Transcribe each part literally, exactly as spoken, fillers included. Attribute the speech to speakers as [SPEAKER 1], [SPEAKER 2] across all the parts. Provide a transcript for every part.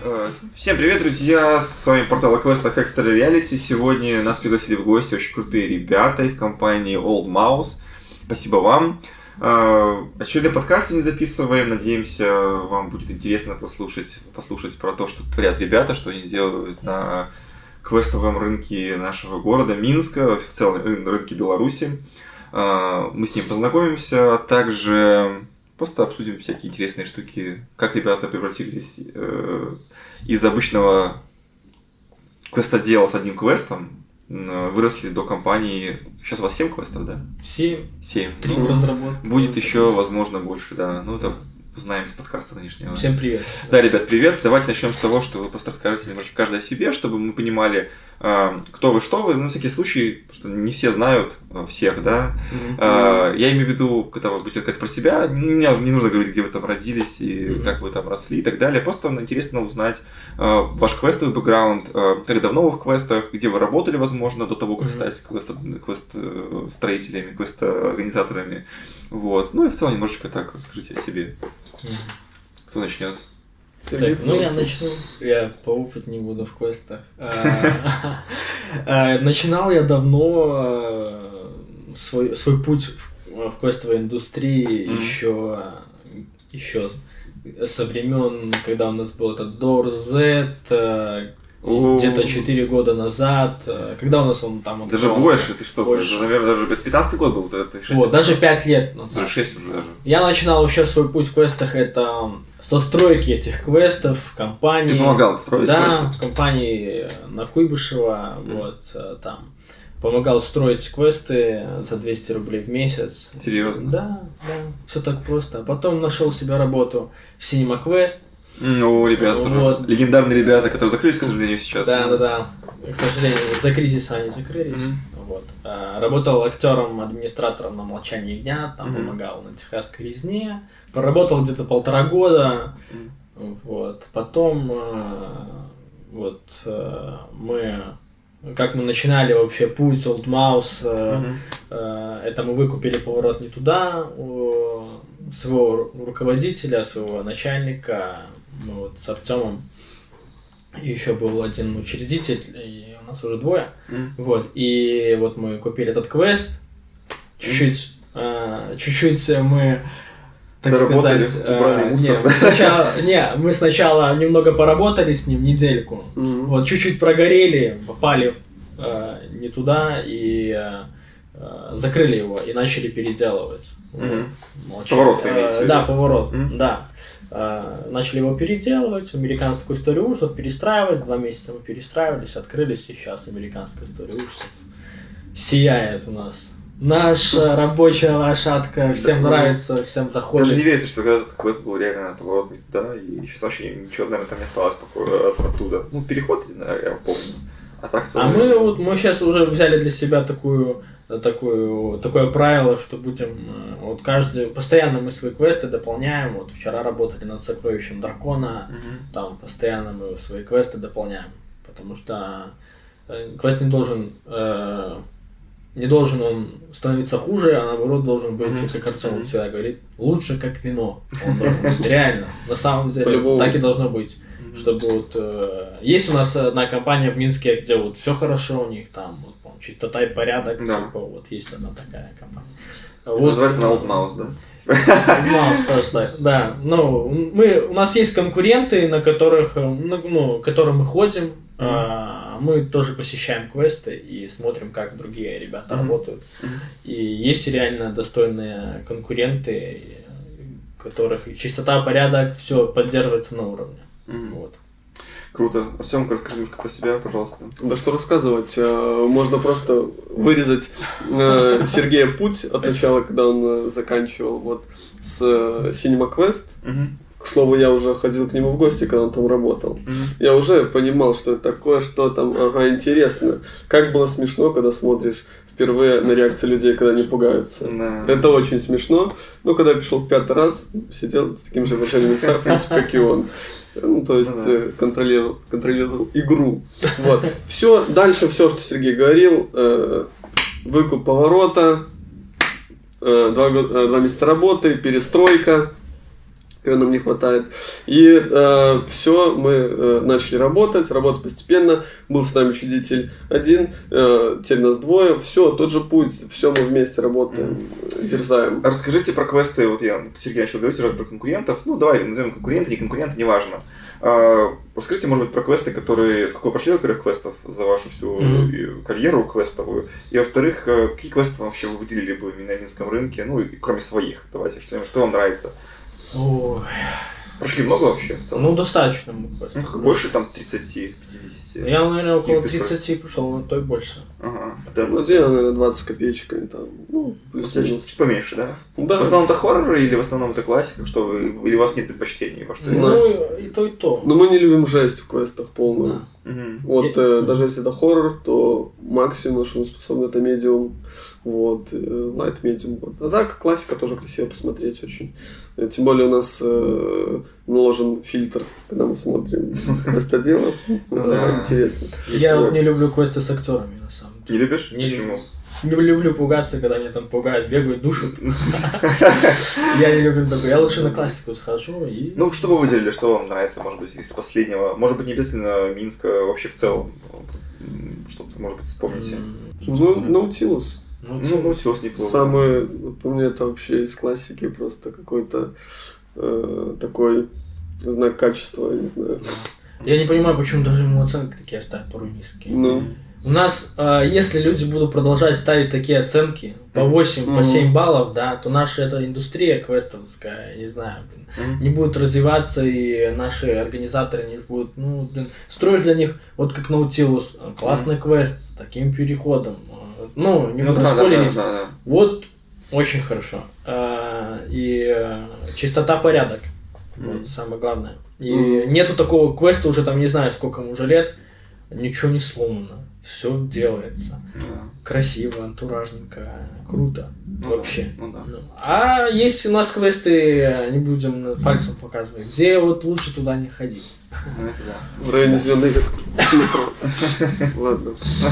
[SPEAKER 1] Всем привет, друзья! С вами портал о квестах Extra Reality. Сегодня нас пригласили в гости очень крутые ребята из компании Old Mouse. Спасибо вам. Очередной подкаст сегодня записываем. Надеемся, вам будет интересно послушать, послушать про то, что творят ребята, что они делают на квестовом рынке нашего города Минска, в целом рынке Беларуси. Мы с ним познакомимся, а также просто обсудим всякие интересные штуки, как ребята превратились э, из обычного квестодела с одним квестом, э, выросли до компании. Сейчас у вас семь квестов, да?
[SPEAKER 2] Семь.
[SPEAKER 1] Семь.
[SPEAKER 2] Три в разработке.
[SPEAKER 1] Будет еще, возможно, больше, да. Ну, это узнаем из подкаста нынешнего.
[SPEAKER 2] Всем привет.
[SPEAKER 1] Да, ребят, привет. Давайте начнем с того, что вы просто расскажете немножко каждый о себе, чтобы мы понимали, э, кто вы, что вы. На всякий случай, потому что не все знают э, всех, да. Mm-hmm. Э, я имею в виду, когда вы будете рассказать про себя, не, не нужно говорить, где вы там родились и mm-hmm. как вы там росли и так далее. Просто интересно узнать э, ваш квестовый бэкграунд, э, как давно вы в квестах, где вы работали, возможно, до того, как mm-hmm. стать квест-строителями, квест-организаторами. Вот. Ну и в целом немножечко так расскажите о себе. Mm-hmm. Кто начнет?
[SPEAKER 2] Так, ну я начну. Я поопыт не буду в квестах. Начинал я давно свой свой путь в квестовой индустрии еще еще со времен, когда у нас был этот Door Z. Где-то четыре года назад, когда у нас он там... Он
[SPEAKER 1] даже больше, ты что, больше. Наверное, даже пятнадцатый год был? Это
[SPEAKER 2] вот, даже пять лет назад.
[SPEAKER 1] Даже шесть уже даже.
[SPEAKER 2] Я начинал вообще свой путь в квестах, это со стройки этих квестов в компании.
[SPEAKER 1] Ты помогал строить
[SPEAKER 2] да,
[SPEAKER 1] квесты?
[SPEAKER 2] Да, в компании на Куйбышева, mm. вот, там. Помогал строить квесты за двести рублей в месяц.
[SPEAKER 1] Серьезно?
[SPEAKER 2] Да, да, все так просто. Потом нашел себе работу в Cinema Quest.
[SPEAKER 1] Ну, ребята, вот. Тоже легендарные ребята, которые закрылись, к сожалению, сейчас.
[SPEAKER 2] Да, да, да. К сожалению, за кризиса они закрылись. Mm-hmm. Вот. А, работал актером, администратором на «Молчании дня», там mm-hmm. помогал на «Техасской резне». Проработал где-то полтора года. Mm-hmm. Вот. Потом а, вот а, мы... Как мы начинали вообще путь Old Mouse, mm-hmm. а, это мы выкупили «Поворот не туда» у своего руководителя, своего начальника. Мы вот с Артемом, и еще был один учредитель, и у нас уже двое. Mm. Вот, и вот мы купили этот квест, чуть-чуть, mm. э, чуть-чуть мы, так
[SPEAKER 1] доработали,
[SPEAKER 2] сказать, э, не, мы сначала, не, мы сначала немного поработали с ним недельку, mm. вот, чуть-чуть прогорели, попали э, не туда и э, закрыли его и начали переделывать.
[SPEAKER 1] Mm-hmm.
[SPEAKER 2] Вот.
[SPEAKER 1] Поворот, вы имеете в виду?
[SPEAKER 2] Да, поворот,
[SPEAKER 1] mm-hmm.
[SPEAKER 2] да. Начали его переделывать, американскую историю ужасов перестраивать. Два месяца мы перестраивались, открылись, и сейчас американская история ужасов сияет у нас. Наша рабочая лошадка, всем да, нравится, всем заходит.
[SPEAKER 1] Даже не верится, что когда этот квест был реально поворот не туда, и сейчас вообще ничего, наверное, там не осталось оттуда. Ну, переход, я помню. А так
[SPEAKER 2] А мы вот мы сейчас уже взяли для себя такую такое, такое правило, что будем вот каждый постоянно мы свои квесты дополняем. Вот вчера работали над сокровищем дракона, mm-hmm. там постоянно мы свои квесты дополняем, потому что квест не должен э, не должен он становиться хуже, а наоборот должен быть, mm-hmm. как Артем mm-hmm. всегда говорит, лучше как вино. Он должен быть реально, на самом деле, по-любому. Так и должно быть. Чтобы вот э, есть у нас одна компания в Минске, где вот все хорошо у них там, вот, по-моему, чистота и порядок, да. Типа, вот есть одна такая компания.
[SPEAKER 1] Вот, называется на Old Mouse, да?
[SPEAKER 2] Old Mouse тоже так, да. Ну, мы, у нас есть конкуренты, на которых, ну, к которым мы ходим, mm-hmm. а, мы тоже посещаем квесты и смотрим, как другие ребята mm-hmm. работают. Mm-hmm. И есть реально достойные конкуренты, которых и чистота, порядок, все поддерживается на уровне. Mm. Вот.
[SPEAKER 1] Круто. Артёмка, расскажи немножко про себя, пожалуйста.
[SPEAKER 3] Да что рассказывать, можно просто вырезать Сергея путь от начала, когда он заканчивал вот с Cinema Quest. Mm-hmm. К слову, я уже ходил к нему в гости, когда он там работал. Mm-hmm. Я уже понимал, что это такое, что там, ага, интересно. Как было смешно, когда смотришь впервые на реакции людей, когда они пугаются. No. Это очень смешно. Но когда я пришел в пятый раз, сидел с таким же выражением лица, в принципе, как и он. Ну, то есть ну, да. контролировал, контролировал игру. Вот. Все, дальше все, что Сергей говорил, э, выкуп поворота, э, два, э, два месяца работы, перестройка, которой нам не хватает. И э, все, мы э, начали работать, работать постепенно. Был с нами учредитель один, э, теперь нас двое. Все, тот же путь, все мы вместе работаем, mm-hmm. дерзаем.
[SPEAKER 1] Расскажите про квесты. Вот я, Сергей начал говорить уже про конкурентов. Ну, давай назовем конкуренты, не конкуренты, неважно. А, расскажите, может быть, про квесты, которые... Сколько вы прошли, во-первых, квестов за вашу всю mm-hmm. карьеру квестовую? И, во-вторых, какие квесты вообще вы выделили бы на минском рынке? Ну, и кроме своих, давайте, что, что вам нравится?
[SPEAKER 2] Ой.
[SPEAKER 1] Прошли много вообще? В целом?
[SPEAKER 2] Ну, достаточно.
[SPEAKER 1] Ну, больше там тридцать-пятьдесят?
[SPEAKER 2] Я, наверное, около тридцати пришел, но то и больше.
[SPEAKER 1] Ага.
[SPEAKER 3] Ну, я, наверное, двадцать копеечками там. Ну,
[SPEAKER 1] плюс-минус. Чуть поменьше, да?
[SPEAKER 3] Да.
[SPEAKER 1] В основном это хорроры или в основном это классика? Что вы... Или у вас нет предпочтений? Во что
[SPEAKER 2] ну,
[SPEAKER 3] нас...
[SPEAKER 2] и то, и то.
[SPEAKER 3] Но мы не любим жесть в квестах полную.
[SPEAKER 2] Да.
[SPEAKER 3] Угу. Вот, э, даже если это хоррор, то максимум, на что мы способны, это медиум. Вот, лайт медиум. Вот. А так, классика тоже красиво посмотреть очень. Тем более у нас э, наложен фильтр, когда мы смотрим квестоделов. Интересно.
[SPEAKER 2] Я вот не люблю квесты с актерами, на самом деле.
[SPEAKER 1] Не любишь?
[SPEAKER 2] Не люблю. Не люблю пугаться, когда меня там пугают, бегают, душат. Я не люблю такое. Я лучше на классику схожу и...
[SPEAKER 1] Ну, что вы выделили, что вам нравится, может быть, из последнего? Может быть, не обязательно Минска, вообще в целом. Что-то, может быть, вспомните.
[SPEAKER 3] Ну, Наутилус.
[SPEAKER 1] Ну, Наутилус неплохо.
[SPEAKER 3] Самый, по мне, это вообще из классики просто какой-то э, такой знак качества, не знаю.
[SPEAKER 2] Я не понимаю, почему даже ему оценки такие ставят порой низкие.
[SPEAKER 3] Ну.
[SPEAKER 2] У нас, э, если люди будут продолжать ставить такие оценки по восемь, mm-hmm. по семь баллов, да, то наша эта индустрия квестовская, я не знаю, блин, mm-hmm. не будет развиваться, и наши организаторы не будут, ну, блин, строишь для них, вот как Наутилус, классный mm-hmm. квест с таким переходом, ну, не могу спойлерить,
[SPEAKER 1] да, да, да.
[SPEAKER 2] вот, очень хорошо, э, и э, чистота, порядок, mm-hmm. вот, самое главное, и mm-hmm. нету такого квеста уже там, не знаю, сколько ему уже лет, ничего не сломано. Все делается. Yeah. Красиво, антуражненько, круто. Ну, вообще.
[SPEAKER 1] Ну, да.
[SPEAKER 2] Ну. А есть у нас квесты, не будем пальцем показывать, где вот лучше туда не ходить.
[SPEAKER 1] Ну, это да.
[SPEAKER 3] В районе зеленой ветки. Ладно.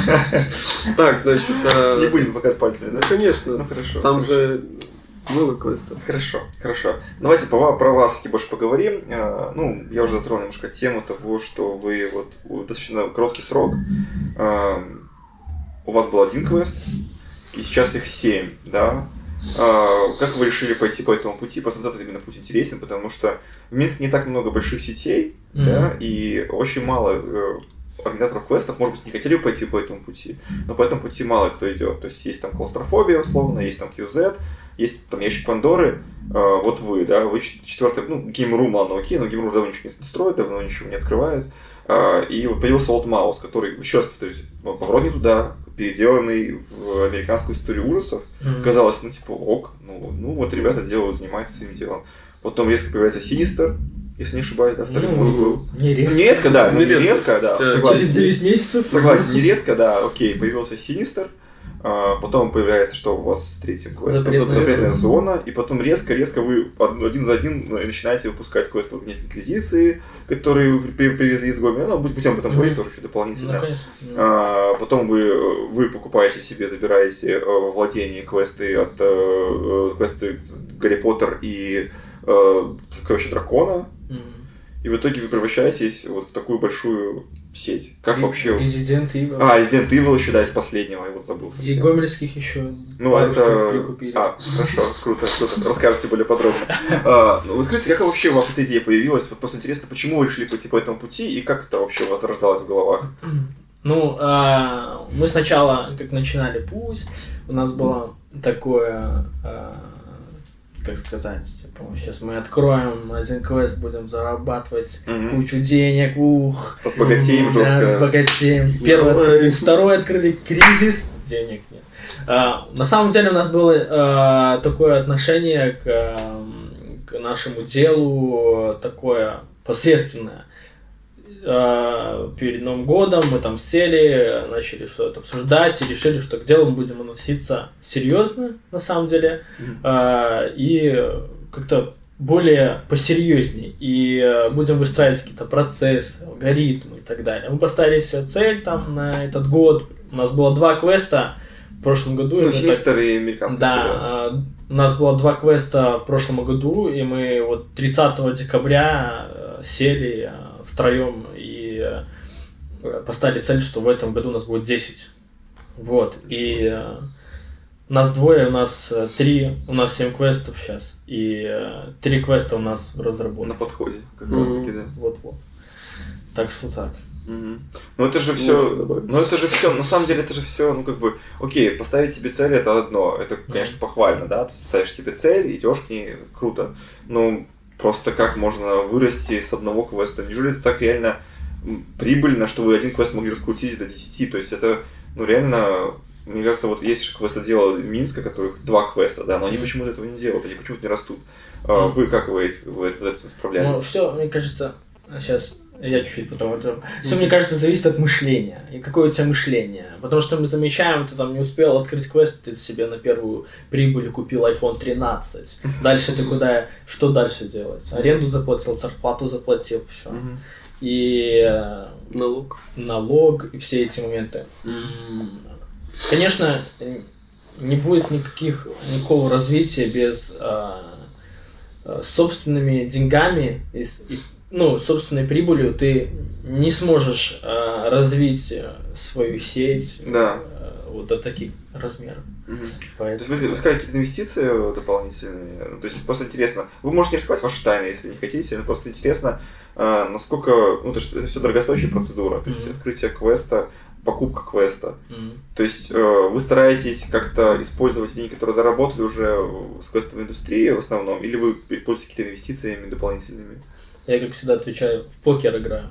[SPEAKER 3] Так, значит...
[SPEAKER 1] Не будем показывать пальцами, да?
[SPEAKER 3] Конечно.
[SPEAKER 1] Ну, хорошо.
[SPEAKER 3] Там же... много квестов.
[SPEAKER 1] Хорошо, хорошо. Давайте по, про вас больше поговорим. А, ну, я уже затронул немножко тему того, что вы вот достаточно короткий срок. А, у вас был один квест, и сейчас их семь, да? А, как вы решили пойти по этому пути? Просто этот именно путь интересен, потому что в Минске не так много больших сетей, mm-hmm. да, и очень мало э, организаторов квестов, может быть, не хотели бы пойти по этому пути, но по этому пути мало кто идет. То есть есть там клаустрофобия, условно, есть там кью зет, есть там ящик Пандоры, э, вот вы, да, вы четвертый, ну, Game.ru, ладно, окей, но Game.ru давно ничего не строит, давно ничего не открывает. Э, и вот появился Old Mouse, который, еще раз повторюсь, поворот не туда, переделанный в американскую историю ужасов. Mm-hmm. Казалось, ну, типа, ок, ну, ну, вот ребята делают, занимаются своим делом. Потом резко появляется Sinister, если не ошибаюсь, да, второй
[SPEAKER 2] ну,
[SPEAKER 1] был.
[SPEAKER 2] Не резко.
[SPEAKER 1] Ну, не резко, да, не резко, не резко да,
[SPEAKER 2] согласен. Через девять месяцев.
[SPEAKER 1] Согласен, не резко, да, окей, появился Sinister. А, потом появляется, что у вас с третьим квестом?
[SPEAKER 2] Запретная,
[SPEAKER 1] Запретная зона. И потом резко-резко вы один за одним начинаете выпускать квесты «Гнев Инквизиции», которые вы привезли из Гоми. Ну, будем об этом mm-hmm. говорить тоже еще дополнительно.
[SPEAKER 2] Ну,
[SPEAKER 1] а, потом вы, вы покупаете себе, забираете в владение квесты от э, квесты Гарри Поттер и э, Сокровище Дракона. Mm-hmm. И в итоге вы превращаетесь вот в такую большую сеть. Как
[SPEAKER 2] и,
[SPEAKER 1] вообще...
[SPEAKER 2] Resident Evil.
[SPEAKER 1] А, Resident Evil еще, да, из последнего, я вот забыл совсем.
[SPEAKER 2] И гомельских еще
[SPEAKER 1] ну, это... прикупили. А, хорошо, круто, круто. Расскажите более подробно. а, ну, вы скажите, как вообще у вас эта идея появилась? Вот просто интересно, почему вы решили пойти по этому пути, и как это вообще у вас зарождалось в головах?
[SPEAKER 2] Ну, а, мы сначала, как начинали путь, у нас было такое... А, как сказать, типа, сейчас мы откроем один квест, будем зарабатывать mm-hmm. кучу денег, ух.
[SPEAKER 1] Разбогатеем жестко.
[SPEAKER 2] Да, разбогатеем. Первый открыли, второй открыли, кризис, денег нет. А, на самом деле у нас было а, такое отношение к, а, к нашему делу, такое посредственное. Перед Новым годом мы там сели, начали все это обсуждать и решили, что к делу мы будем относиться серьезно, на самом деле, mm-hmm. и как-то более посерьезней, и будем выстраивать какие-то процессы, алгоритмы и так далее. Мы поставили себе цель там на этот год, у нас было два квеста в прошлом году.
[SPEAKER 1] Ну, Sinister и американский.
[SPEAKER 2] Да, У нас было два квеста в прошлом году, и мы вот тридцатого декабря сели втроем и поставили цель, что в этом году у нас будет десять. Вот. И нас двое, у нас три, у нас семь квестов сейчас. И три квеста у нас в разработке.
[SPEAKER 1] На подходе, как mm-hmm. раз таки, да.
[SPEAKER 2] Вот-вот. Так что так.
[SPEAKER 1] Угу. Ну это же все, ну это же все, на самом деле это же все, ну как бы, окей, поставить себе цель это одно, это, конечно, похвально, да, ты ставишь себе цель, идешь к ней, круто, но просто как можно вырасти с одного квеста, неужели это так реально прибыльно, что вы один квест могли раскрутить до десяти, то есть это, ну реально, мне кажется, вот есть квестодела Минска, которых два квеста, да, но они почему-то этого не делают, они почему-то не растут. А вы как вы, вы с этим справлялись?
[SPEAKER 2] Ну все, мне кажется, сейчас... Я чуть-чуть потом. Все, mm-hmm. мне кажется, зависит от мышления. И какое у тебя мышление. Потому что мы замечаем, ты там не успел открыть квест, ты себе на первую прибыль купил айфон тринадцать. Дальше ты куда? Что дальше делать? Аренду заплатил, зарплату заплатил, все. Mm-hmm. И
[SPEAKER 3] налог.
[SPEAKER 2] Налог и все эти моменты. Mm-hmm. Конечно, не будет никаких, никакого развития без а, собственными деньгами и, и ну, собственной прибылью ты не сможешь э, развить свою сеть
[SPEAKER 1] да.
[SPEAKER 2] э, вот до таких размеров.
[SPEAKER 1] Угу. Поэтому... То есть вы искали какие-то инвестиции дополнительные? То есть просто интересно. Вы можете не раскрывать ваши тайны, если не хотите, но просто интересно, э, насколько... Ну, это, это все дорогостоящая процедура. То есть mm-hmm. открытие квеста, покупка квеста. Mm-hmm. То есть э, вы стараетесь как-то использовать деньги, которые заработали уже с квестовой индустрии в основном, или вы пользуетесь какими-то инвестициями дополнительными?
[SPEAKER 2] Я, как всегда, отвечаю, в покер играю.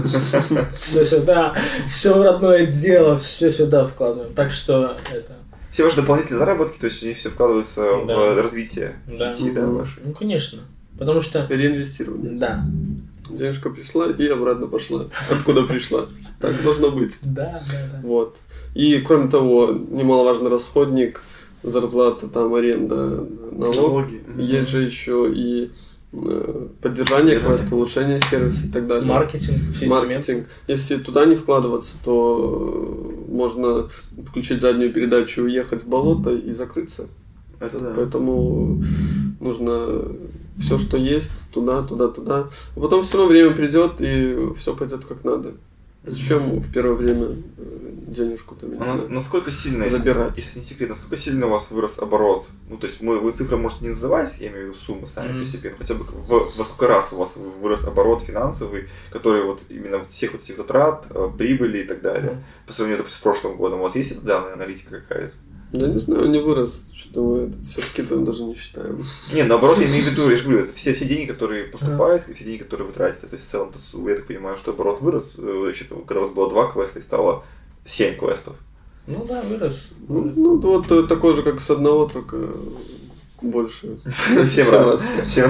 [SPEAKER 2] Все сюда, все в родное дело, все сюда вкладываем. Так что это...
[SPEAKER 1] Все ваши дополнительные заработки, то есть они все вкладываются в развитие сети, да, вашей?
[SPEAKER 2] Ну, конечно. Потому что...
[SPEAKER 3] Реинвестирование.
[SPEAKER 2] Да.
[SPEAKER 3] Денежка пришла и обратно пошла. Откуда пришла. Так должно быть.
[SPEAKER 2] Да, да, да.
[SPEAKER 3] Вот. И, кроме того, немаловажный расходник, зарплата, там, аренда, налог. Есть же еще и поддержание квеста, улучшение сервиса и так далее.
[SPEAKER 2] Маркетинг.
[SPEAKER 3] Маркетинг. Если туда не вкладываться, то можно включить заднюю передачу, уехать в болото и закрыться.
[SPEAKER 1] Это да.
[SPEAKER 3] Поэтому нужно все, что есть, туда, туда, туда. А потом все равно время придет и все пойдет как надо. Зачем в первое время денежку там
[SPEAKER 1] а нас, насколько сильно,
[SPEAKER 3] забирать?
[SPEAKER 1] Если, если не секрет, насколько сильно у вас вырос оборот? Ну, то есть мы, вы цифры можете не называть, я имею в виду суммы сами mm-hmm. по себе, но хотя бы в, во сколько раз у вас вырос оборот финансовый, который вот именно всех вот этих затрат, прибыли и так далее, mm-hmm. по сравнению, допустим, с прошлым годом. У вас есть данная аналитика какая-то?
[SPEAKER 3] Да не знаю, не вырос, что мы это все-таки там даже не считаем.
[SPEAKER 1] Не, наоборот, я имею в виду, я же говорю, это все, все деньги, которые поступают, и все деньги, которые вы тратите. То есть в целом, я так понимаю, что оборот вырос, значит, когда у вас было два квеста и стало семь квестов.
[SPEAKER 2] Ну да, вырос.
[SPEAKER 3] Ну, ну вот такой же, как с одного, только больше.
[SPEAKER 1] В семь раз.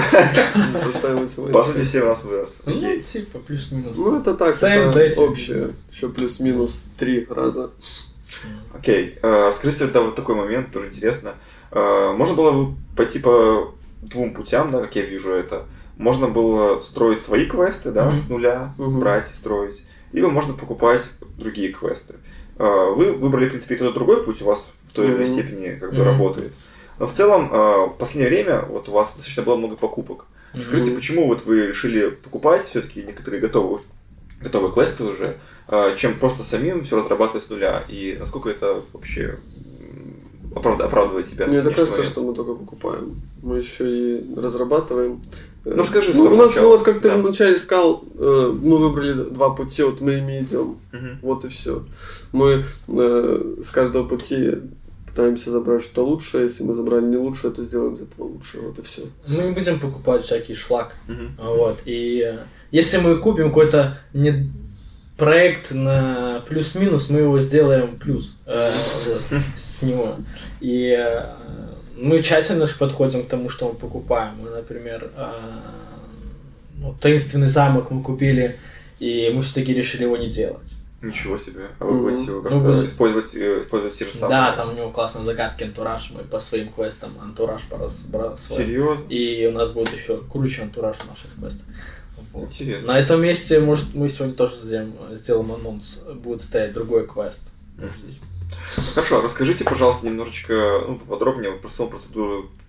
[SPEAKER 1] По сути, в семь раз вырос.
[SPEAKER 2] Ну, типа, плюс-минус.
[SPEAKER 3] Ну, это так, это общее. Еще плюс-минус три раза.
[SPEAKER 1] Окей, okay. Расскажите тогда вот такой момент, тоже интересно. Можно было бы пойти по двум путям, да, как я вижу это. Можно было строить свои квесты, да, mm-hmm. с нуля, mm-hmm. брать и строить. Либо можно покупать другие квесты. Вы выбрали, в принципе, и тот, и другой путь, у вас в той или иной mm-hmm. степени как бы mm-hmm. работает. Но в целом, в последнее время вот у вас достаточно было много покупок. Mm-hmm. Скажите, почему вот вы решили покупать все-таки некоторые готовые, готовые квесты уже, чем просто самим все разрабатывать с нуля, и насколько это вообще оправд... оправдывает себя?
[SPEAKER 3] Мне кажется, что мы только покупаем. Мы еще и разрабатываем.
[SPEAKER 1] Ну скажи,
[SPEAKER 3] ну, у нас, ну, вот как ты да. вначале сказал, мы выбрали два пути, вот мы ими идем. Угу. Вот и все. Мы э, с каждого пути пытаемся забрать что-то лучшее. Если мы забрали не лучшее, то сделаем из этого лучшее. Вот и все.
[SPEAKER 2] Мы не будем покупать всякий шлак. Угу. Вот. И если мы купим какой-то не проект на плюс-минус, мы его сделаем плюс э, вот, с него. И э, мы тщательно же подходим к тому, что мы покупаем. Мы, например, э, ну, таинственный замок мы купили, и мы все-таки решили его не делать.
[SPEAKER 1] Ничего себе. А вы будете его как-то ну, использовать, использовать те же самые?
[SPEAKER 2] Да, там у него классные загадки, антураж. Мы по своим квестам антураж поразбрали свой.
[SPEAKER 1] Серьезно?
[SPEAKER 2] И у нас будет еще круче антураж в наших квестах. Вот.
[SPEAKER 1] Интересно.
[SPEAKER 2] На этом месте, может, мы сегодня тоже сделаем, сделаем анонс, будет стоять другой квест.
[SPEAKER 1] Mm-hmm. Хорошо, расскажите, пожалуйста, немножечко ну, поподробнее про саму процедуру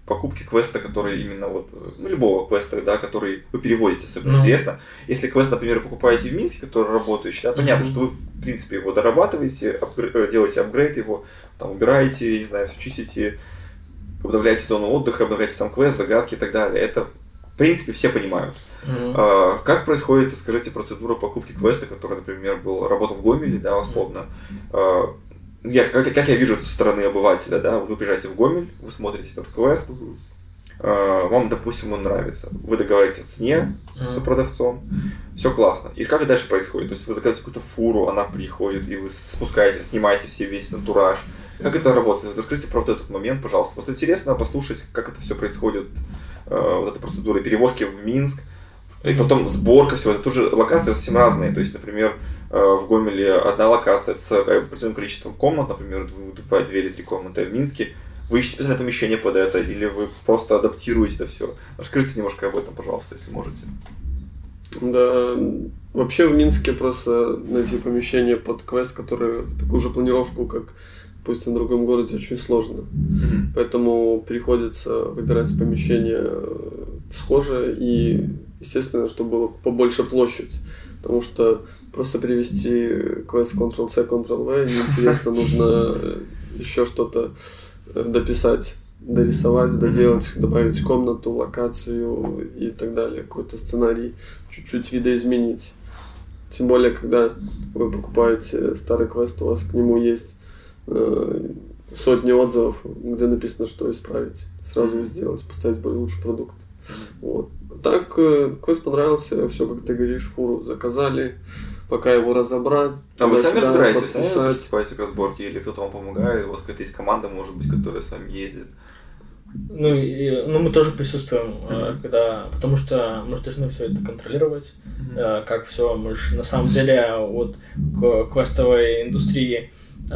[SPEAKER 1] покупки квеста, который именно вот, ну, любого квеста, да, который вы переводите, особенно
[SPEAKER 2] Ну.
[SPEAKER 1] интересно. Если квест, например, покупаете в Минске, который работающий, да, понятно,
[SPEAKER 2] Мгм.
[SPEAKER 1] что вы, в принципе, его дорабатываете, апгр- э, делаете апгрейд его, там, убираете, я не знаю, все чистите, обновляете зону отдыха, обновляете сам квест, загадки и так далее. Это, в принципе, все понимают.
[SPEAKER 2] Мгм.
[SPEAKER 1] А, как происходит, скажите, процедура покупки квеста, который, например, был, работал в Гомеле, да, условно. А, я, как, как я вижу это со стороны обывателя, да, вы приезжаете в Гомель, вы смотрите этот квест, а, вам, допустим, он нравится. Вы договариваетесь о цене с продавцом, все классно. И как дальше происходит? То есть вы заказываете какую-то фуру, она приходит, и вы спускаете, снимаете все, весь антураж. Как это работает? Расскажите про вот этот момент, пожалуйста. Просто интересно послушать, как это все происходит, э, вот эта процедура перевозки в Минск, и потом сборка всего. Это тоже локации совсем разные. То есть, например, э, в Гомеле одна локация с определенным количеством комнат, например, два, две или три комнаты, в Минске вы ищете специальное помещение под это, или вы просто адаптируете это все. Расскажите немножко об этом, пожалуйста, если можете.
[SPEAKER 3] Да, вообще в Минске просто найти помещение под квест, который такую же планировку, как, пусть в другом городе, очень сложно.
[SPEAKER 1] Mm-hmm.
[SPEAKER 3] Поэтому приходится выбирать помещение схожее и, естественно, чтобы было побольше площадь. Потому что просто перевести квест контрол-C, контрол-V неинтересно, нужно еще что-то дописать, дорисовать, доделать, добавить комнату, локацию и так далее, какой-то сценарий, чуть-чуть видоизменить. Тем более, когда вы покупаете старый квест, у вас к нему есть э, сотни отзывов, где написано, что исправить, сразу его сделать, поставить более лучший продукт. Вот. Так, э, квест понравился, все, как ты говоришь, фуру заказали, пока его разобрать.
[SPEAKER 1] А вы сами разбираетесь,
[SPEAKER 3] подписать.
[SPEAKER 1] сами приступаете к разборке, или кто-то вам помогает, у вас какая-то есть команда, может быть, которая с вами ездит?
[SPEAKER 2] Ну, и, ну, мы тоже присутствуем,
[SPEAKER 1] Mm-hmm.
[SPEAKER 2] э, когда, потому что мы же должны все это контролировать,
[SPEAKER 1] Mm-hmm.
[SPEAKER 2] э, как все, мы же на самом деле от к- квестовой индустрии, э,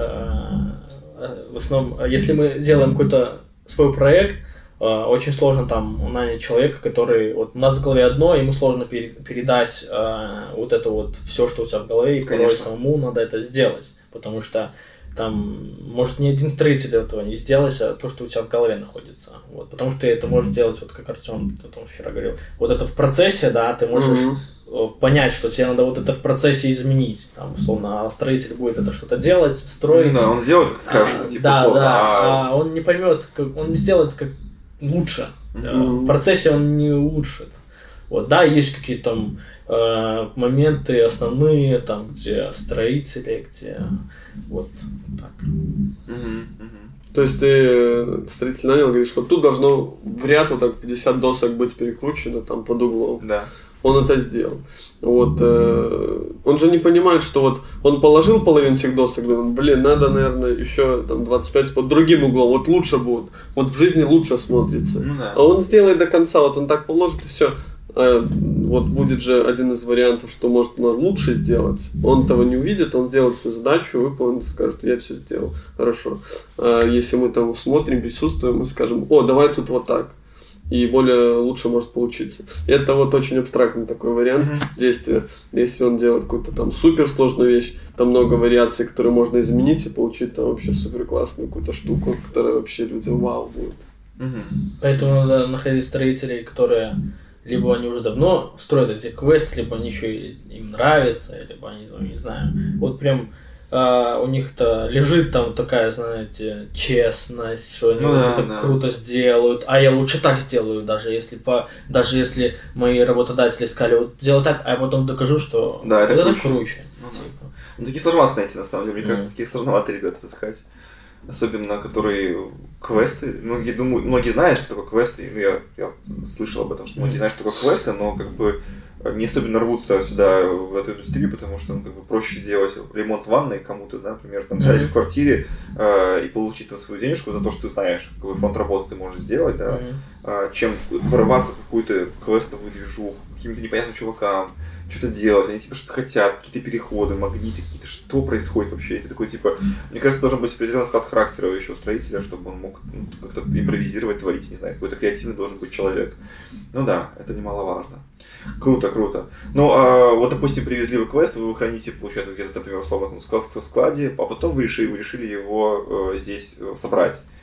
[SPEAKER 2] в основном, если мы делаем какой-то свой проект, э, очень сложно там нанять человека, который, вот у нас в голове одно, ему сложно пере- передать э, вот это вот все, что у тебя в голове, и порой
[SPEAKER 1] Конечно.
[SPEAKER 2] самому надо это сделать, потому что там может ни один строитель этого не сделать, а то, что у тебя в голове находится. Вот, потому что ты это можешь делать, вот как Артем потом вчера говорил, вот это в процессе, да, ты можешь
[SPEAKER 3] Мгм.
[SPEAKER 2] понять, что тебе надо вот это в процессе изменить. Там, условно, а строитель будет это что-то делать, строить.
[SPEAKER 1] Ну да, он сделает, как скажешь,
[SPEAKER 2] А,
[SPEAKER 1] типа,
[SPEAKER 2] да,
[SPEAKER 1] условно,
[SPEAKER 2] да,
[SPEAKER 1] а-
[SPEAKER 2] а он не поймет, как, он не сделает как лучше.
[SPEAKER 3] Мгм.
[SPEAKER 2] В процессе он не улучшит. Вот, да, есть какие-то там э, моменты основные, там, где строители, где вот так.
[SPEAKER 1] Мгм, мгм.
[SPEAKER 3] То есть ты строитель нанял, говоришь, вот тут должно в ряд вот так пятьдесят досок быть перекручено там под углом.
[SPEAKER 1] Да.
[SPEAKER 3] Он это сделал. Вот, э, он же не понимает, что вот он положил половину этих досок, думает, блин, надо, наверное, еще там двадцать пять под другим углом, вот лучше будет, вот в жизни лучше смотрится.
[SPEAKER 1] Ну да.
[SPEAKER 3] А он сделает до конца, вот он так положит и все. А вот будет же один из вариантов, что может он лучше сделать. Он этого не увидит, он сделает свою задачу, выполнит, скажет, я все сделал, хорошо. А если мы там смотрим, присутствуем, мы скажем, о, давай тут вот так. И более лучше может получиться. И это вот очень абстрактный такой вариант
[SPEAKER 1] Мгм.
[SPEAKER 3] действия. Если он делает какую-то там суперсложную вещь, там много вариаций, которые можно изменить и получить там вообще супер классную какую-то штуку, которая вообще людям вау будет.
[SPEAKER 1] Мгм.
[SPEAKER 2] Поэтому надо находить строителей, которые либо они уже давно строят эти квесты, либо они еще и им нравятся, либо они, ну, не знаю, вот прям а, у них-то лежит там такая, знаете, честность, что они
[SPEAKER 1] Ну
[SPEAKER 2] вот
[SPEAKER 1] да,
[SPEAKER 2] это
[SPEAKER 1] да.
[SPEAKER 2] круто сделают, а я лучше так сделаю, даже если по, даже если мои работодатели сказали, вот делай так, а я потом докажу, что
[SPEAKER 1] Да, это
[SPEAKER 2] вот это
[SPEAKER 1] круче.
[SPEAKER 2] круче.
[SPEAKER 1] Ну да.
[SPEAKER 2] Типа.
[SPEAKER 1] Ну, такие сложновато найти, на самом деле. Мне кажется,
[SPEAKER 2] Мгм.
[SPEAKER 1] такие сложноватые ребята таскать. Особенно, которые квесты. Многие думают, многие знают, что такое квесты. Ну, я, я слышал об этом, что многие знают, что такое квесты, но как бы не особенно рвутся сюда, в эту индустрию, потому что, ну, как бы проще сделать ремонт ванной кому-то, да, например, там, да, или в квартире, э, и получить там свою денежку за то, что ты знаешь, какой фонд работы ты можешь сделать, да,
[SPEAKER 2] Мгм.
[SPEAKER 1] э, чем врываться в какую-то квестовую движуху, каким-то непонятным чувакам, что-то делать, они типа что-то хотят, какие-то переходы, магниты какие-то, что происходит вообще? И ты такой типа, мне кажется, должен быть определенный склад характера еще у строителя, чтобы он мог, ну, как-то импровизировать, творить, не знаю, какой-то креативный должен быть человек. Ну да, это немаловажно. Круто, круто. Ну, а, вот, допустим, привезли вы квест, вы его храните, получается, где-то, например, условно, в склад- в складе, а потом вы решили, вы решили его э, здесь э, собрать.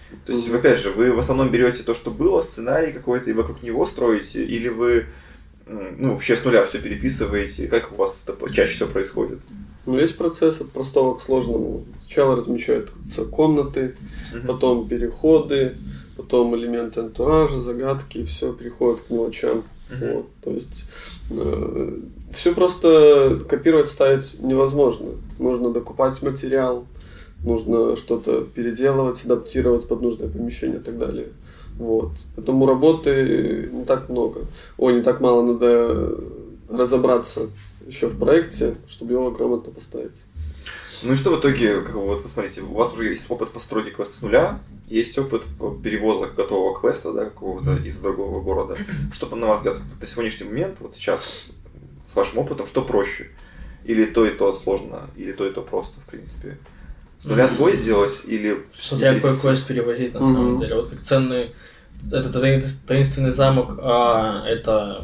[SPEAKER 1] То есть, mm-hmm. опять же, вы в основном берете то, что было, сценарий какой-то, и вокруг него строите, или вы ну, вообще с нуля все переписываете? Как у вас это чаще всего происходит?
[SPEAKER 3] Ну, весь процесс от простого к сложному. Сначала размещаются комнаты, mm-hmm. потом переходы, потом элементы антуража, загадки, и все переходит к мелочам. Mm-hmm. Вот. То есть э, все просто копировать, ставить невозможно. Нужно докупать материал, нужно что-то переделывать, адаптировать под нужное помещение и так далее. Вот. Поэтому работы не так много. Ой, не так мало, надо разобраться еще в проекте, чтобы его грамотно поставить.
[SPEAKER 1] Ну и что в итоге, как вы вот посмотрите, у вас уже есть опыт постройки квеста с нуля, есть опыт перевоза готового квеста, да, какого-то из другого города. Что, на ваш взгляд, на сегодняшний момент, вот сейчас, с вашим опытом, что проще? Или то и то сложно, или то и то просто, в принципе? С нуля mm-hmm. свой сделать, или...
[SPEAKER 2] Смотря какой квест перевозить, на mm-hmm. самом деле. Вот как ценный... Это таинственный замок, а это...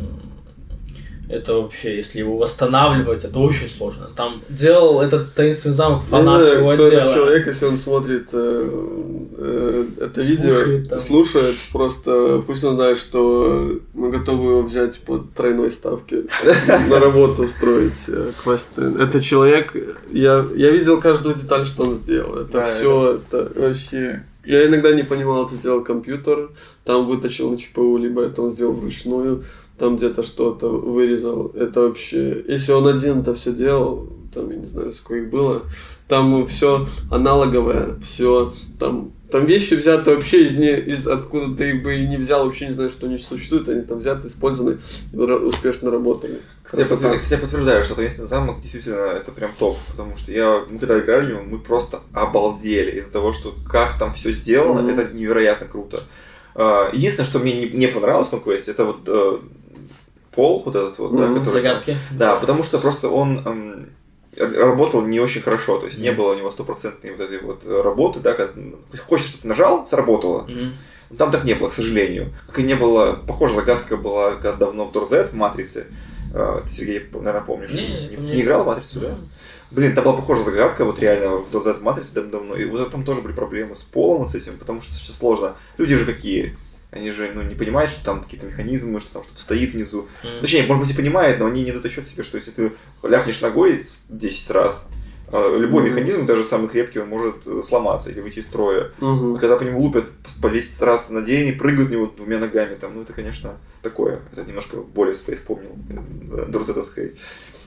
[SPEAKER 2] Это вообще, если его восстанавливать, это очень сложно. Там делал этот таинственный замок фанат
[SPEAKER 3] не
[SPEAKER 2] своего
[SPEAKER 3] знаю,
[SPEAKER 2] дела.
[SPEAKER 3] Человек, если он смотрит э, э, это слушает, видео, там. слушает, просто пусть он знает, что мы готовы его взять по тройной ставке на работу строить квесты. Это человек, я я видел каждую деталь, что он сделал. Это все, это вообще... Я иногда не понимал, это сделал компьютер, там вытащил на ЧПУ, либо это он сделал вручную. Там где-то что-то вырезал. Это вообще... Если он один это все делал, там, я не знаю, сколько их было, там все аналоговое, все там... Там вещи взяты вообще из, не, из откуда ты их бы и не взял, вообще не знаю, что они существуют, они там взяты, использованы и успешно работали.
[SPEAKER 1] Кстати, я, кстати, я подтверждаю, что таинственный замок действительно это прям топ, потому что я, мы когда играли в него, мы просто обалдели из-за того, что как там все сделано, mm-hmm. это невероятно круто. Единственное, что мне не, не понравилось на квесте, это вот пол, вот этот вот, mm-hmm. да, который...
[SPEAKER 2] Загадки.
[SPEAKER 1] Да, потому что просто он эм, работал не очень хорошо, то есть mm-hmm. не было у него стопроцентной вот этой вот работы, да, когда хочешь, чтобы ты нажал, сработало. Mm-hmm. Там так не было, к сожалению. Как и не было, похожая загадка была когда давно в Door Z, в Матрице. Э, ты, Сергей, наверное, помнишь?
[SPEAKER 2] Не,
[SPEAKER 1] не,
[SPEAKER 2] не,
[SPEAKER 1] не, не играл в Матрицу, mm-hmm. да? Блин, там была похожая загадка, вот реально в Door Z в Матрице давно, и вот там тоже были проблемы с полом вот с этим, потому что сейчас сложно. Люди же какие? Они же ну, не понимают, что там какие-то механизмы, что там что-то стоит внизу. Mm. Точнее, может быть, и понимают, но они не дают отчет себе, что если ты ляпнешь ногой десять раз, любой mm-hmm. механизм, даже самый крепкий, он может сломаться или выйти из строя. Mm-hmm. А когда по нему лупят по десять раз на день и прыгают в него двумя ногами, там, ну это, конечно, такое. Это немножко более своей вспомнил, дурзетовской.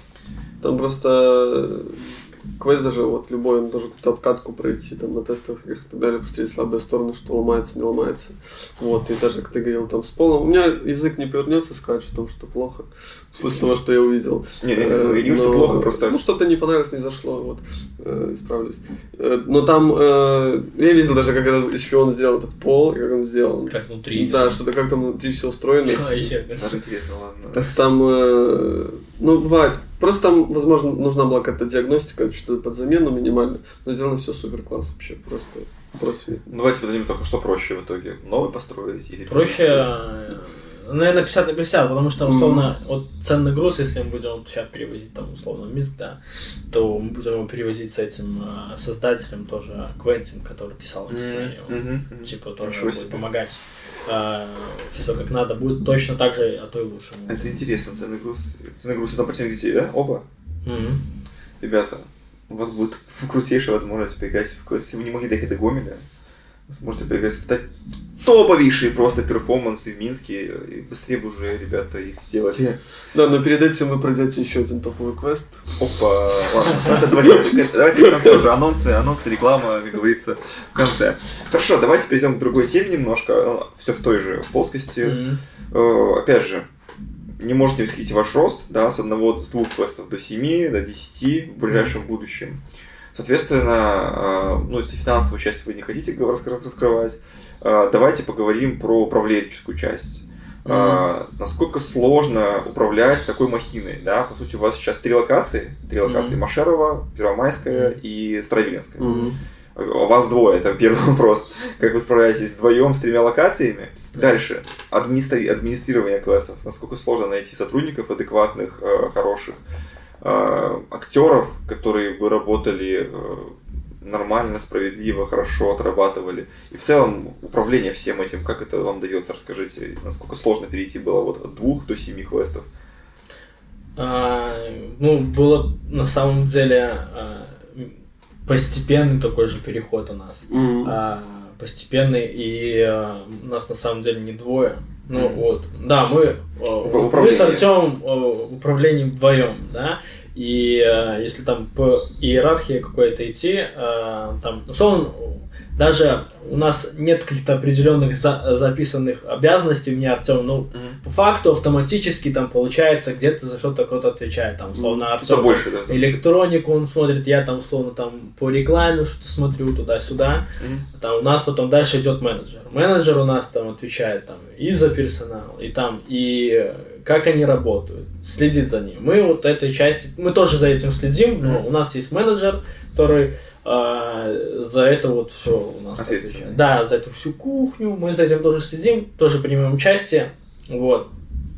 [SPEAKER 3] Там просто... Квест даже, вот любой, он должен какую-то обкатку пройти, там, на тестовых играх и так далее, посмотреть слабые стороны, что ломается, не ломается. Вот, и даже, как ты говорил, там, с полом, у меня язык не повернется сказать, что там что плохо, после того, что я увидел.
[SPEAKER 1] Не, не, ну, не что плохо, просто...
[SPEAKER 3] Ну, что-то не понравилось, не зашло, вот, э, исправлюсь. Э, но там, э, я видел даже, как этот шпион сделал этот пол, и как он сделан.
[SPEAKER 2] Как внутри.
[SPEAKER 3] Да, что-то как там внутри все устроено.
[SPEAKER 1] Даже интересно, ладно.
[SPEAKER 3] Там, э, ну, бывает. Просто там, возможно, нужна была какая-то диагностика, что-то под замену минимально, но сделано все супер класс вообще, просто просвет.
[SPEAKER 1] Ну, давайте подумаем только, что проще в итоге, новый построить или...
[SPEAKER 2] Проще, наверное, пятьдесят на пятьдесят, потому что, условно, mm. вот ценный груз, если мы будем сейчас перевозить, там, условно, Миск, да, то мы будем его перевозить с этим э, создателем тоже, Квентин, который писал сценарий, mm-hmm. mm-hmm. типа, тоже Хорошо будет себе. помогать. Все как надо, будет точно так же, а то и лучше.
[SPEAKER 1] Это интересно, ценный груз. Ценный груз это противник детей, да? Оба?
[SPEAKER 2] Mm-hmm.
[SPEAKER 1] Ребята, у вас будет крутейшая возможность поиграть в квест. Если вы не могли доехать до Гомеля, вы сможете поиграть в топовейшие просто перформансы в Минске, и быстрее бы уже ребята их сделали.
[SPEAKER 3] Да, но перед этим вы пройдете еще один топовый квест.
[SPEAKER 1] Опа, ладно, давайте, давайте в конце уже анонсы, анонсы, реклама, как говорится, в конце. Хорошо, давайте перейдем к другой теме немножко, все в той же плоскости. Mm-hmm. Опять же, не можете восхитить ваш рост, да, с одного, с двух квестов до семи, до десяти в ближайшем mm-hmm. будущем. Соответственно, ну, если финансовую часть вы не хотите раскрывать, давайте поговорим про управленческую часть. Mm-hmm. Насколько сложно управлять такой махиной, да? По сути, у вас сейчас три локации. Три локации: mm-hmm. Машерова, Первомайская mm-hmm. и Старовиленская. Mm-hmm. У вас двое, это первый вопрос. Как вы справляетесь вдвоем с тремя локациями? Mm-hmm. Дальше. Администри... Администрирование квестов. Насколько сложно найти сотрудников адекватных, хороших, актеров, которые бы работали нормально, справедливо, хорошо отрабатывали. И в целом управление всем этим, как это вам дается, расскажите, насколько сложно перейти было вот от двух до семи квестов?
[SPEAKER 2] А, ну, было на самом деле а, постепенный такой же переход у нас.
[SPEAKER 3] Mm-hmm.
[SPEAKER 2] А, постепенный, и а, нас на самом деле не двое. Ну
[SPEAKER 1] Mm-hmm.
[SPEAKER 2] вот, да, мы, мы с Артемом в управлении вдвоем, да, и а, если там по иерархии какой-то идти, а, там, условно, даже у нас нет каких-то определенных за, записанных обязанностей у меня, Артем, ну, mm-hmm. по факту автоматически там получается где-то за что-то кто-то отвечает, там, условно, mm-hmm. Артем
[SPEAKER 1] больше, да,
[SPEAKER 2] электронику он смотрит, я там, условно, там по рекламе что-то смотрю туда-сюда, mm-hmm. там у нас потом дальше идет менеджер. Менеджер у нас там отвечает там и за персонал, и там, и как они работают, следит за ним. Мы вот этой части, мы тоже за этим следим, но mm-hmm. у нас есть менеджер, который а, за это вот все у нас отвечает. Да, за эту всю кухню, мы за этим тоже следим, тоже принимаем участие, вот.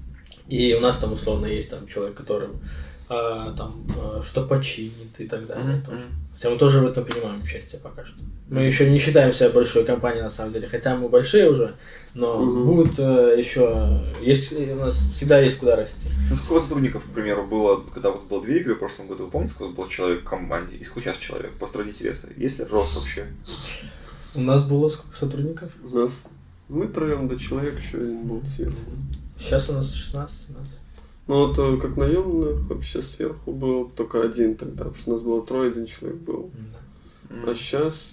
[SPEAKER 2] И у нас там условно есть там человек, который а, там а, что починит и так далее mm-hmm. тоже. Хотя мы тоже в этом принимаем участие пока что. Мы еще не считаем себя большой компанией на самом деле, хотя мы большие уже, но mm-hmm. будут э, еще, есть, у нас всегда есть куда расти.
[SPEAKER 1] Ну, сколько сотрудников, к примеру, было, когда у вас было две игры в прошлом году, вы помните, сколько был человек в команде, и сколько сейчас человек? Просто ради интереса. Есть ли рост вообще?
[SPEAKER 2] У нас было сколько сотрудников?
[SPEAKER 3] У нас, мы троем до человек, еще один был сверху.
[SPEAKER 2] Сейчас у нас шестнадцать-семнадцать.
[SPEAKER 3] Ну вот как наемных вообще сверху был только один тогда, потому что у нас было трое, один человек был. Да. А сейчас...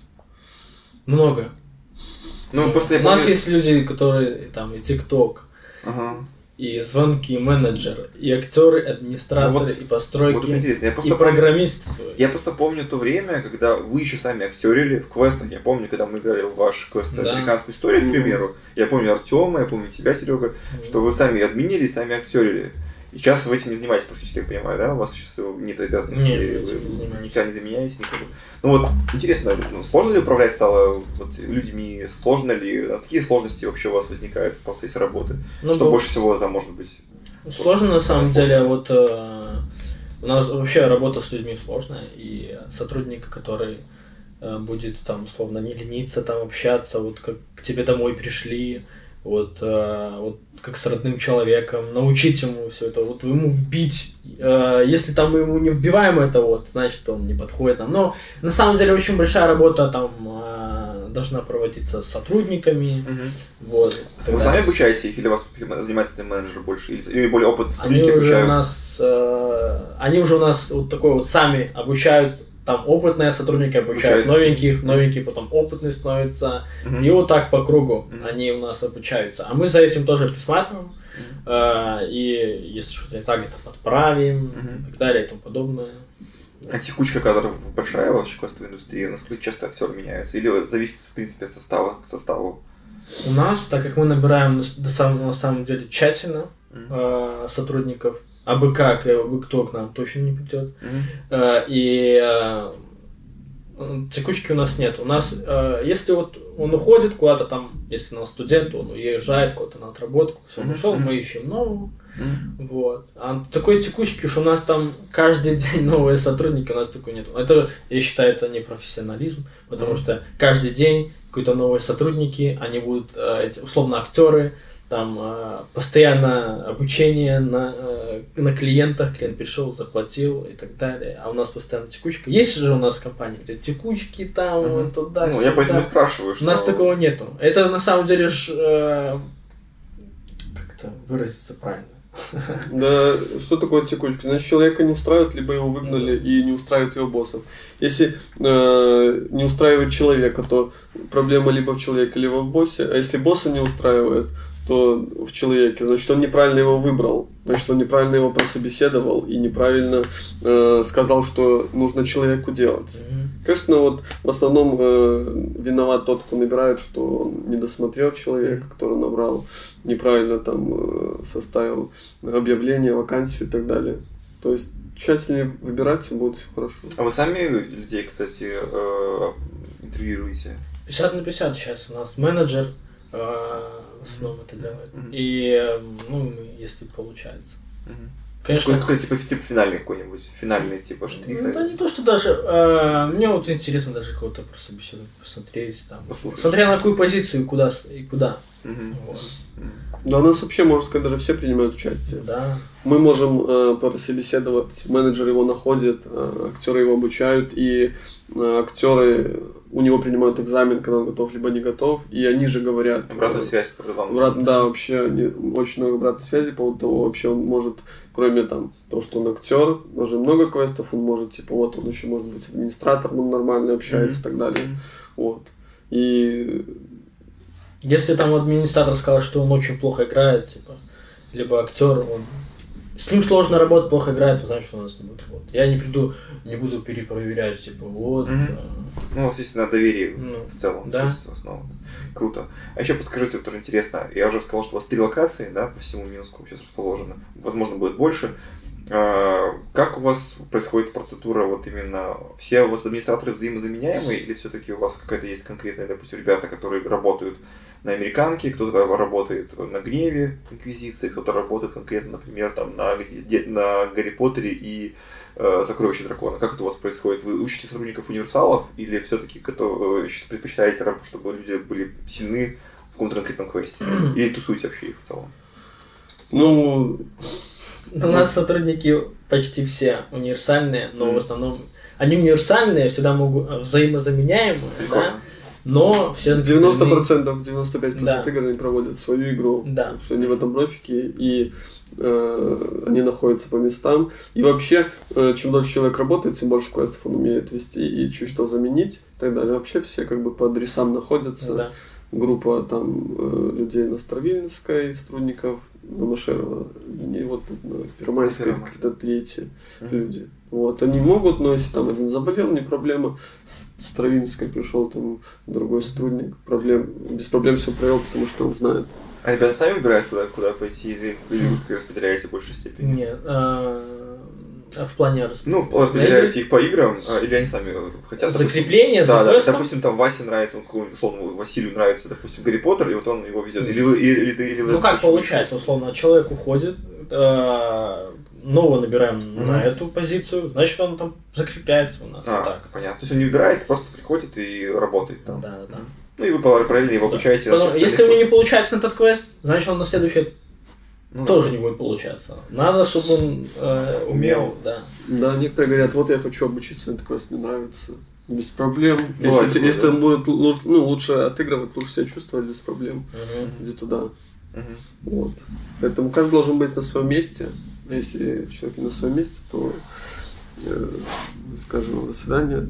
[SPEAKER 2] Много.
[SPEAKER 1] Ну, просто я
[SPEAKER 2] У
[SPEAKER 1] помню...
[SPEAKER 2] нас есть люди, которые там и ТикТок,
[SPEAKER 1] ага.
[SPEAKER 2] и звонки, и менеджеры, и актеры, и администраторы, ну, вот, и постройки,
[SPEAKER 1] вот интересно. Я
[SPEAKER 2] и программисты свои.
[SPEAKER 1] Я просто помню то время, когда вы еще сами актерили в квестах. Я помню, когда мы играли в ваш квест да. «Американскую историю», к примеру. Я помню Артема, я помню тебя, Серега, mm-hmm. что вы сами админили, сами актерили. И сейчас вы этим не занимаетесь практически, я понимаю, да? У вас сейчас нет обязанностей,
[SPEAKER 2] нет,
[SPEAKER 1] вы не никогда не заменяетесь никого. Ну вот, интересно, ну, сложно ли управлять стало вот, людьми? Сложно ли? Какие сложности вообще у вас возникают в процессе работы? Ну, что был... больше всего там может быть?
[SPEAKER 2] Сложно на самом сложно. деле, вот э, у нас вообще работа с людьми сложная, и сотрудник, который э, будет там условно не лениться, там общаться, вот как к тебе домой пришли, вот, э, вот как с родным человеком, научить ему все это, вот ему вбить, э, если там мы ему не вбиваем это, вот, значит, он не подходит нам. Но на самом деле очень большая работа там э, должна проводиться с сотрудниками. Угу. Вот,
[SPEAKER 1] вы сами обучаете их или вас занимается этим менеджер больше, или, или более опытные сотрудники
[SPEAKER 2] они
[SPEAKER 1] обучают?
[SPEAKER 2] Уже у нас, э, они уже у нас вот такой вот сами обучают. Там опытные сотрудники обучают Обучает. новеньких, новенькие потом опытные становятся. Uh-huh. И вот так по кругу uh-huh. они у нас обучаются. А мы за этим тоже присматриваем. Uh-huh. Э, и если что-то не так, это подправим uh-huh. и так далее и тому подобное.
[SPEAKER 1] А текучка кадров большая в вашей квестовой индустрии? Насколько часто актеры меняются? Или зависит, в принципе, от состава к составу?
[SPEAKER 2] У нас, так как мы набираем на самом, на самом деле тщательно uh-huh. э, сотрудников, абы как, абы кто к нам точно не придет. Mm-hmm. И э, текучки у нас нет. У нас, э, если вот он уходит куда-то там, если у нас студент, он уезжает куда-то на отработку, все, mm-hmm. ушел, мы ищем нового. Mm-hmm. Вот. А такой текучки, уж у нас там каждый день новые сотрудники, у нас такой нет. Это, я считаю, это не профессионализм, потому mm-hmm. что каждый день какие-то новые сотрудники, они будут, э, эти, условно, актеры, там э, постоянно обучение на, э, на клиентах, клиент пришел, заплатил и так далее, а у нас постоянно текучка. Есть же у нас компания, где текучки там, uh-huh. туда,
[SPEAKER 1] ну,
[SPEAKER 2] сюда.
[SPEAKER 1] Я поэтому спрашиваю, что...
[SPEAKER 2] У нас такого нету. Это на самом деле ж, э, как это выразиться правильно?
[SPEAKER 3] Да, что такое текучка? Значит, человека не устраивает, либо его выгнали и не устраивает его боссов. Если э, не устраивает человека, то проблема либо в человеке, либо в боссе. А если босса не устраивает, то в человеке, значит, он неправильно его выбрал, значит, он неправильно его прособеседовал и неправильно э, сказал, что нужно человеку делать. Mm-hmm. Конечно, вот в основном э, виноват тот, кто набирает, что он не досмотрел человека, mm-hmm. который набрал, неправильно там э, составил объявление, вакансию и так далее. То есть тщательнее выбирать, и будет все хорошо.
[SPEAKER 1] А вы сами людей, кстати, э, интервьюируете?
[SPEAKER 2] пятьдесят на пятьдесят сейчас у нас менеджер э, в основном mm-hmm. это делает. Mm-hmm. И, ну, если получается.
[SPEAKER 1] Mm-hmm.
[SPEAKER 2] Конечно.
[SPEAKER 1] Какой-то типа, типа финальный какой-нибудь, финальный типа штрих.
[SPEAKER 2] Ну, да не то, что даже, э, мне вот интересно даже кого-то просто беседу посмотреть, там,
[SPEAKER 1] послушать.
[SPEAKER 2] Смотря на какую позицию и куда, и куда.
[SPEAKER 1] Угу.
[SPEAKER 2] Вот.
[SPEAKER 3] Да, у нас вообще, можно сказать, даже все принимают участие.
[SPEAKER 2] Да.
[SPEAKER 3] Мы можем э, прособеседовать, менеджер его находит, э, актеры его обучают, и э, актеры у него принимают экзамен, когда он готов, либо не готов, и они же говорят...
[SPEAKER 1] Обратную
[SPEAKER 3] э,
[SPEAKER 1] связь по вам.
[SPEAKER 3] Брат, да, вообще они, очень много обратной связи по поводу того, вообще он может, кроме там того, что он актер, уже много квестов, он может, типа, вот он еще может быть администратором, он нормально общается mm-hmm. и так далее. Mm-hmm. Вот. И...
[SPEAKER 2] Если там администратор сказал, что он очень плохо играет, типа, либо актер, он... с ним сложно работать, плохо играет, то значит, что у нас не будет работать. Я не приду, не буду перепроверять, типа, вот.
[SPEAKER 1] Mm-hmm. Ну, у нас есть на доверие
[SPEAKER 2] ну,
[SPEAKER 1] в целом,
[SPEAKER 2] да.
[SPEAKER 1] в основном. Круто. А еще подскажите, вот тоже интересно, я уже сказал, что у вас три локации, да, по всему Минску сейчас расположено, возможно, будет больше. Как у вас происходит процедура, вот именно, все у вас администраторы взаимозаменяемые, или все-таки у вас какая-то есть конкретная, допустим, ребята, которые работают на Американке, кто-то работает на Гневе, Инквизиции, кто-то работает конкретно, например, там, на, на Гарри Поттере и э, Сокровище Дракона. Как это у вас происходит? Вы учите сотрудников универсалов или все-таки предпочитаете, чтобы люди были сильны в каком-то конкретном квесте? Или тусуете вообще их в целом?
[SPEAKER 3] Ну...
[SPEAKER 2] У нас сотрудники почти все универсальные, но mm. в основном они универсальные, всегда могут взаимозаменяемые, да, но все
[SPEAKER 3] девяносто процентов, девяносто пять процентов
[SPEAKER 2] да.
[SPEAKER 3] игр они проводят свою игру,
[SPEAKER 2] да.
[SPEAKER 3] потому что они в этом профике, и э, они находятся по местам. И вообще, э, чем дольше человек работает, тем больше квестов он умеет вести и чуть что заменить и так далее. Вообще все как бы по адресам находятся.
[SPEAKER 2] Да.
[SPEAKER 3] Группа там э, людей на Стравильской, сотрудников, на Машерова, и вот тут на Первомайской какие-то третьи mm-hmm. люди. Вот, они могут, но если там один заболел, не проблема. С Стравинской пришел там другой сотрудник, проблем, без проблем все провел, потому что он знает.
[SPEAKER 1] А ребята сами выбирают, куда, куда пойти, или вы распределяете в большей степени?
[SPEAKER 2] Нет, а, в плане распределения.
[SPEAKER 1] Ну, распределяете их по играм, или они сами хотят...
[SPEAKER 2] Закрепление,
[SPEAKER 1] допустим,
[SPEAKER 2] за
[SPEAKER 1] да, допустим, там Васе нравится, условно, Василию нравится, допустим, Гарри Поттер, и вот он его ведет. Или вы, или, или, или вы
[SPEAKER 2] ну, как получается, условно, человек уходит, э, нового набираем mm-hmm. на эту позицию, значит, он там закрепляется у нас.
[SPEAKER 1] А,
[SPEAKER 2] так.
[SPEAKER 1] понятно. То есть он не выбирает, просто приходит и работает там.
[SPEAKER 2] Да, да.
[SPEAKER 1] Ну, и вы параллельно его обучаете.
[SPEAKER 2] Да. Если у него не получается на этот квест, значит, он на следующий ну, тоже да. не будет получаться. Надо, чтобы он э, умел, да.
[SPEAKER 3] Да, некоторые говорят, вот я хочу обучиться на этот квест, мне нравится. Без проблем. Бывает, если если да. он будет ну, лучше отыгрывать, лучше себя чувствовать без проблем. Uh-huh. Иди туда. Uh-huh. Вот. Поэтому каждый должен быть на своем месте. Если человек не на своем месте, то э, скажем до свидания.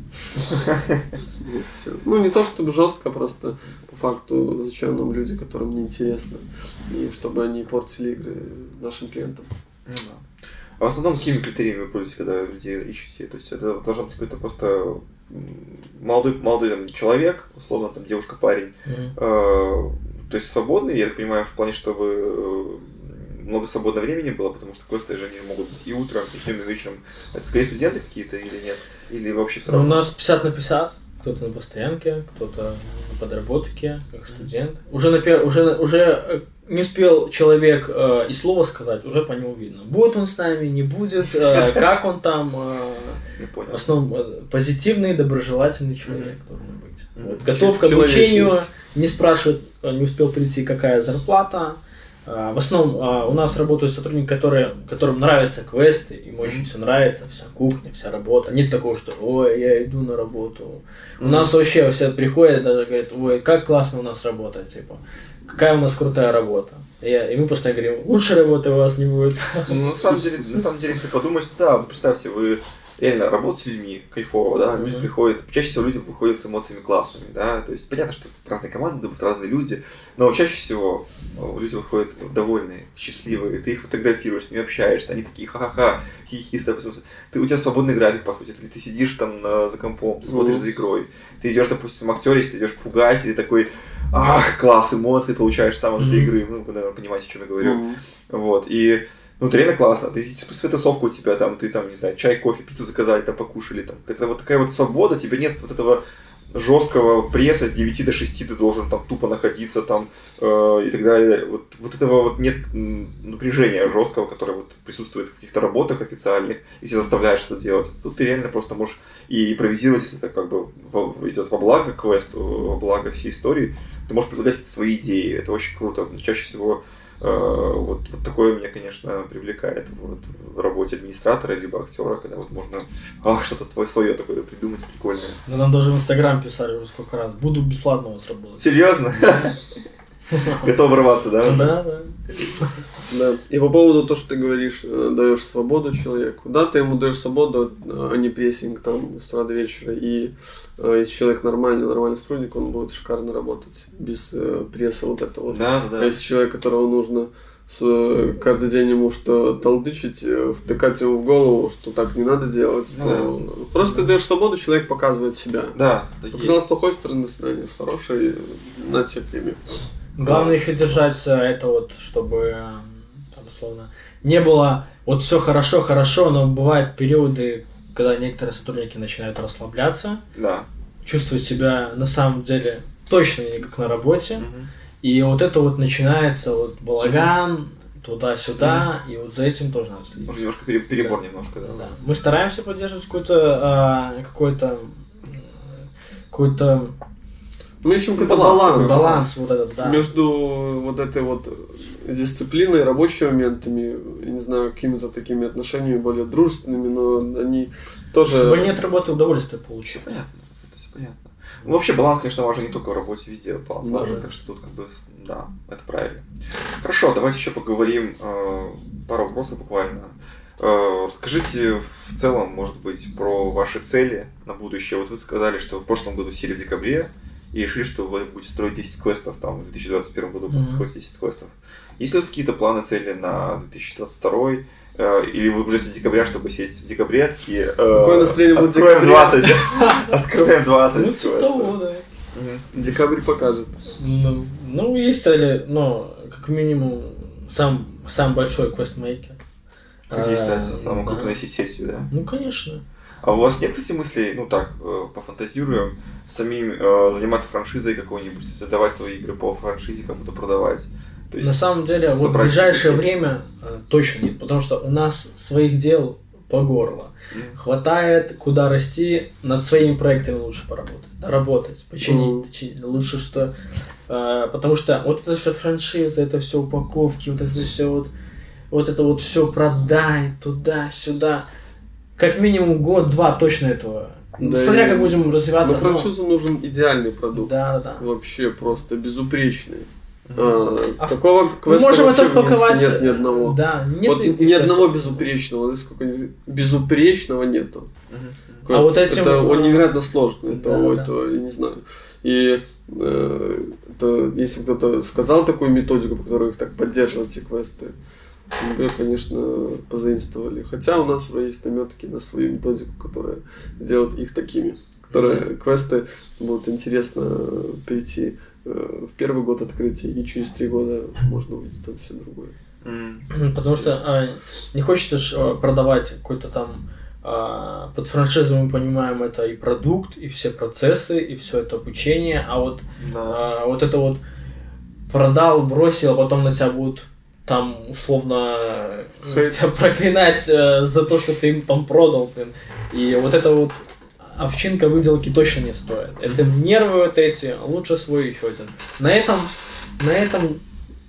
[SPEAKER 3] Ну, не то чтобы жестко, просто по факту, зачем нам люди, которым неинтересно, и чтобы они портили игры нашим клиентам.
[SPEAKER 1] Ну, да. А в основном какими критериями вы пользуетесь, когда людей ищете? То есть это должен быть какой-то просто молодой, молодой там, человек, условно, там девушка, парень, mm-hmm. э, то есть свободный, я так понимаю, в плане, чтобы много свободного времени было, потому что квесты же они могут быть и утром, и днем, и вечером. Это скорее студенты какие-то или нет? Или вообще все равно?
[SPEAKER 2] У нас пятьдесят на пятьдесят. Кто-то на постоянке, кто-то на подработке, как студент. Уже, на, уже, уже не успел человек э, и слова сказать, уже по нему видно. Будет он с нами, не будет, э, как он там. Э, в основном э, позитивный, доброжелательный человек mm-hmm. должен быть. Mm-hmm. Вот. Готов к обучению, не спрашивает, не успел прийти, какая зарплата. В основном у нас работают сотрудники, которые, которым нравятся квесты, им очень все нравится, вся кухня, вся работа. Нет такого, что ой, я иду на работу. Mm-hmm. У нас вообще все приходят, даже говорят, ой, как классно у нас работа, типа, какая у нас крутая работа. И, я, и мы постоянно говорим, лучше работы у вас не будет.
[SPEAKER 1] Ну, на самом деле, на самом деле, если подумать, да, представьте, вы реально работаете с людьми кайфово, да, люди mm-hmm. приходят, чаще всего люди выходят с эмоциями классными, да, то есть понятно, что разные команды, будут разные люди, но чаще всего люди выходят довольные, счастливые, ты их фотографируешь, с ними общаешься, они такие ха-ха-ха, хи-хи, ты, у тебя свободный график, по сути, ты, ты сидишь там на, за компом, ты смотришь mm-hmm. за игрой, ты идешь, допустим, актер, если ты идешь пугать, и ты такой, ах, класс, эмоции получаешь сам от mm-hmm. этой игры, ну, вы, наверное, понимаете, о чем я говорю, mm-hmm. вот, и ну, это реально классно. Ты светосовка у тебя, там, ты там, не знаю, чай, кофе, пиццу заказали, там, покушали, там. Это вот такая вот свобода, тебе нет вот этого жесткого пресса с девяти до шести ты должен там тупо находиться там э, и так далее. Вот, вот этого вот нет напряжения жесткого, которое вот присутствует в каких-то работах официальных, и тебя заставляет что-то делать. Тут ты реально просто можешь и импровизировать, если это как бы в, идет во благо квесту, во благо всей истории. Ты можешь предлагать какие-то свои идеи, это очень круто. Чаще всего э, вот, вот такое меня, конечно, привлекает вот, в работе администратора либо актера, когда вот можно а, что-то твое свое такое придумать прикольное.
[SPEAKER 2] Да нам даже в Инстаграм писали уже сколько раз. Буду бесплатно у вас работать.
[SPEAKER 1] Серьезно? Готов врываться, да?
[SPEAKER 2] Да, да.
[SPEAKER 3] Да. И по поводу того, что ты говоришь, даешь свободу человеку. Да, ты ему даешь свободу, а не прессинг там с утра до вечера. И э, если человек нормальный, нормальный сотрудник, он будет шикарно работать без э, пресса вот этого вот.
[SPEAKER 1] Да, да.
[SPEAKER 3] А если человек, которого нужно с, каждый день ему что толдычить, втыкать ему в голову, что так не надо делать,
[SPEAKER 1] ну,
[SPEAKER 3] то
[SPEAKER 1] да.
[SPEAKER 3] просто ты даешь свободу, человек показывает себя.
[SPEAKER 1] Да.
[SPEAKER 3] Показал с плохой стороны, до свидания, с хорошей, на тебе премию.
[SPEAKER 2] Главное еще держать это вот, чтобы, там, условно, не было вот все хорошо, хорошо, но бывают периоды, когда некоторые сотрудники начинают расслабляться,
[SPEAKER 1] да.
[SPEAKER 2] чувствовать себя на самом деле точно не как на работе,
[SPEAKER 1] Угу.
[SPEAKER 2] и вот это вот начинается вот балаган, туда-сюда, и вот за этим тоже надо следить.
[SPEAKER 1] Может, немножко перебор немножко, да.
[SPEAKER 2] Да. Мы стараемся поддерживать какой-то, а, какой-то, какой-то
[SPEAKER 3] Мы ищем какой-то
[SPEAKER 1] баланс,
[SPEAKER 3] баланс.
[SPEAKER 2] баланс вот этот, да.
[SPEAKER 3] Между вот этой вот дисциплиной, рабочими моментами, я не знаю, какими-то такими отношениями более дружественными, но они тоже...
[SPEAKER 2] Чтобы они от работы удовольствие получили.
[SPEAKER 1] Понятно, это все понятно. Ну, вообще баланс, конечно, важен не только в работе, везде баланс
[SPEAKER 3] Да.
[SPEAKER 1] важен, так что тут как бы, да, это правильно. Хорошо, давайте еще поговорим, э, пару вопросов буквально. Э, расскажите в целом, может быть, про ваши цели на будущее. Вот вы сказали, что в прошлом году сели в декабре и решили, что вы будете строить десять квестов, там, в две тысячи двадцать первом году
[SPEAKER 2] Mm-hmm.
[SPEAKER 1] будет десять квестов. Есть ли у вас какие-то планы, цели на две тысячи двадцать второй? Э, или вы уже с декабря, чтобы сесть в декабре, такие... Э,
[SPEAKER 3] Какое настроение будет в
[SPEAKER 1] откроем
[SPEAKER 3] декабре?
[SPEAKER 1] двадцать. Откроем двадцать
[SPEAKER 2] Ну, типа
[SPEAKER 1] квестов.
[SPEAKER 2] того, да.
[SPEAKER 3] Декабрь покажет.
[SPEAKER 2] Ну, ну, есть цели, но как минимум сам, сам большой квестмейкер.
[SPEAKER 1] Хотите стать
[SPEAKER 2] А,
[SPEAKER 1] самой
[SPEAKER 2] да.
[SPEAKER 1] крупной сессию, да?
[SPEAKER 2] Ну, конечно.
[SPEAKER 1] А у вас нет, кстати, мыслей, ну так, э, пофантазируем, самим э, заниматься франшизой какой-нибудь, создавать свои игры по франшизе, кому-то продавать? То есть
[SPEAKER 2] На самом деле, вот в
[SPEAKER 1] собрать
[SPEAKER 2] ближайшее
[SPEAKER 1] сеть.
[SPEAKER 2] время э, точно нет, потому что у нас своих дел по горло.
[SPEAKER 1] Мгм.
[SPEAKER 2] Хватает, куда расти, над своими проектами лучше поработать, доработать, починить,
[SPEAKER 3] Мгм.
[SPEAKER 2] точи- лучше что... э, потому что вот это все франшиза, это все упаковки, вот это все вот, вот это вот все продай туда-сюда. Как минимум год-два точно этого.
[SPEAKER 3] Да
[SPEAKER 2] Смотря
[SPEAKER 3] и
[SPEAKER 2] как будем развиваться.
[SPEAKER 3] На франшизу нужен идеальный продукт.
[SPEAKER 2] Да, да.
[SPEAKER 3] Вообще просто безупречный.
[SPEAKER 1] Мгм.
[SPEAKER 3] А,
[SPEAKER 2] А
[SPEAKER 3] такого
[SPEAKER 2] Мы
[SPEAKER 3] квеста
[SPEAKER 2] можем
[SPEAKER 3] вообще
[SPEAKER 2] это
[SPEAKER 3] в Минске
[SPEAKER 2] впаковать.
[SPEAKER 3] нет ни одного.
[SPEAKER 2] Да, нет
[SPEAKER 3] Вот
[SPEAKER 2] никаких
[SPEAKER 3] ни одного
[SPEAKER 2] квестов.
[SPEAKER 3] безупречного, да, сколько-нибудь безупречного нету.
[SPEAKER 1] Мгм.
[SPEAKER 2] А вот
[SPEAKER 3] Квест.
[SPEAKER 2] этим,
[SPEAKER 3] это он
[SPEAKER 2] э,
[SPEAKER 3] невероятно сложно, это,
[SPEAKER 2] да,
[SPEAKER 3] ой,
[SPEAKER 2] да.
[SPEAKER 3] это я не знаю. И э, это, если кто-то сказал такую методику, по которой их так поддерживать, эти квесты, мы бы, конечно, позаимствовали. Хотя у нас уже есть наметки на свою методику, которая сделает их такими. Которые квесты будут интересно прийти э, в первый год открытия, и через три года можно увидеть там все другое.
[SPEAKER 1] Мгм.
[SPEAKER 2] Потому что а, не хочется ж, а, продавать какой-то там а, под франшизу, мы понимаем, это и продукт, и все процессы, и все это обучение, а вот,
[SPEAKER 1] Да.
[SPEAKER 2] а, вот это вот продал, бросил, а потом на тебя будут там условно
[SPEAKER 3] Хейт.
[SPEAKER 2] тебя проклинать э, за то, что ты им там продал, блин. И вот это вот овчинка выделки точно не стоит. Это нервы вот эти, лучше свой еще один. На этом, на этом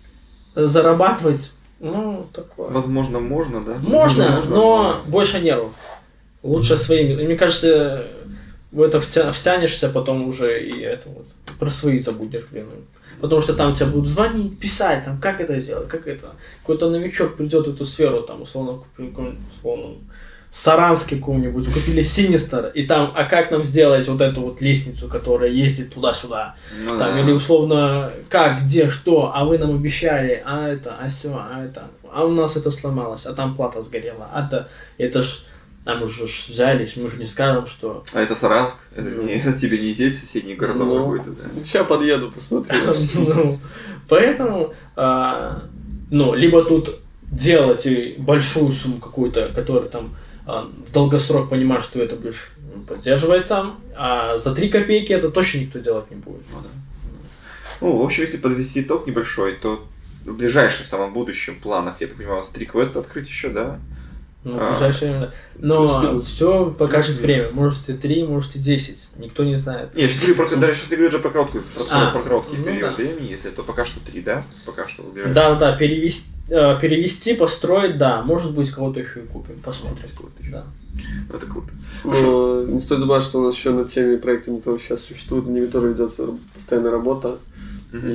[SPEAKER 2] зарабатывать, ну, такое.
[SPEAKER 1] Возможно, можно, да?
[SPEAKER 2] Можно, но больше нервов. Лучше своими. Мне кажется, в это втя- втянешься, потом уже и это вот про свои забудешь, блин. Потому что там тебя будут звонить, писать, там, как это сделать, как это. Какой-то новичок придет в эту сферу, там, условно, купили какой-нибудь, условно, Саранске каком-нибудь, купили Синистер, и там, а как нам сделать вот эту вот лестницу, которая ездит туда-сюда?
[SPEAKER 1] Ну,
[SPEAKER 2] Там,
[SPEAKER 1] да.
[SPEAKER 2] или условно, как, где, что, а вы нам обещали, а это, а сё, а это, а у нас это сломалось, а там плата сгорела, а это, это ж, а мы же ж взялись, мы же не скажем, что...
[SPEAKER 1] А это Саранск? Это
[SPEAKER 2] Ну.
[SPEAKER 1] не, это тебе не здесь, соседний городок
[SPEAKER 3] Ну.
[SPEAKER 1] какой-то, да?
[SPEAKER 3] Сейчас подъеду, посмотрю.
[SPEAKER 2] Ну, поэтому, а, ну, либо тут делать и большую сумму какую-то, которую там в долгосрок понимаешь, что это будешь поддерживать там, а за три копейки это точно никто делать не будет.
[SPEAKER 1] Ну, да. Ну, в общем, если подвести итог небольшой, то в ближайшем самом будущем планах, я так понимаю, у вас три квеста открыть еще, да?
[SPEAKER 2] Ну, в ближайшее время, да. Но все покажет время. Может и три, может и десять. Никто не знает.
[SPEAKER 1] Нет, сейчас говорю, даже сейчас говорю же про короткий, про, а, про короткий ну, период да. времени, если то пока что три, да? Пока что в
[SPEAKER 2] Да, да, перевести, перевести, построить, да. Может быть, кого-то еще и купим. Посмотрим. Да.
[SPEAKER 1] Ну, это круто.
[SPEAKER 3] Но не стоит забывать, что у нас еще над теми проектами, которые сейчас существуют, над ними тоже ведется постоянная работа. Mm-hmm.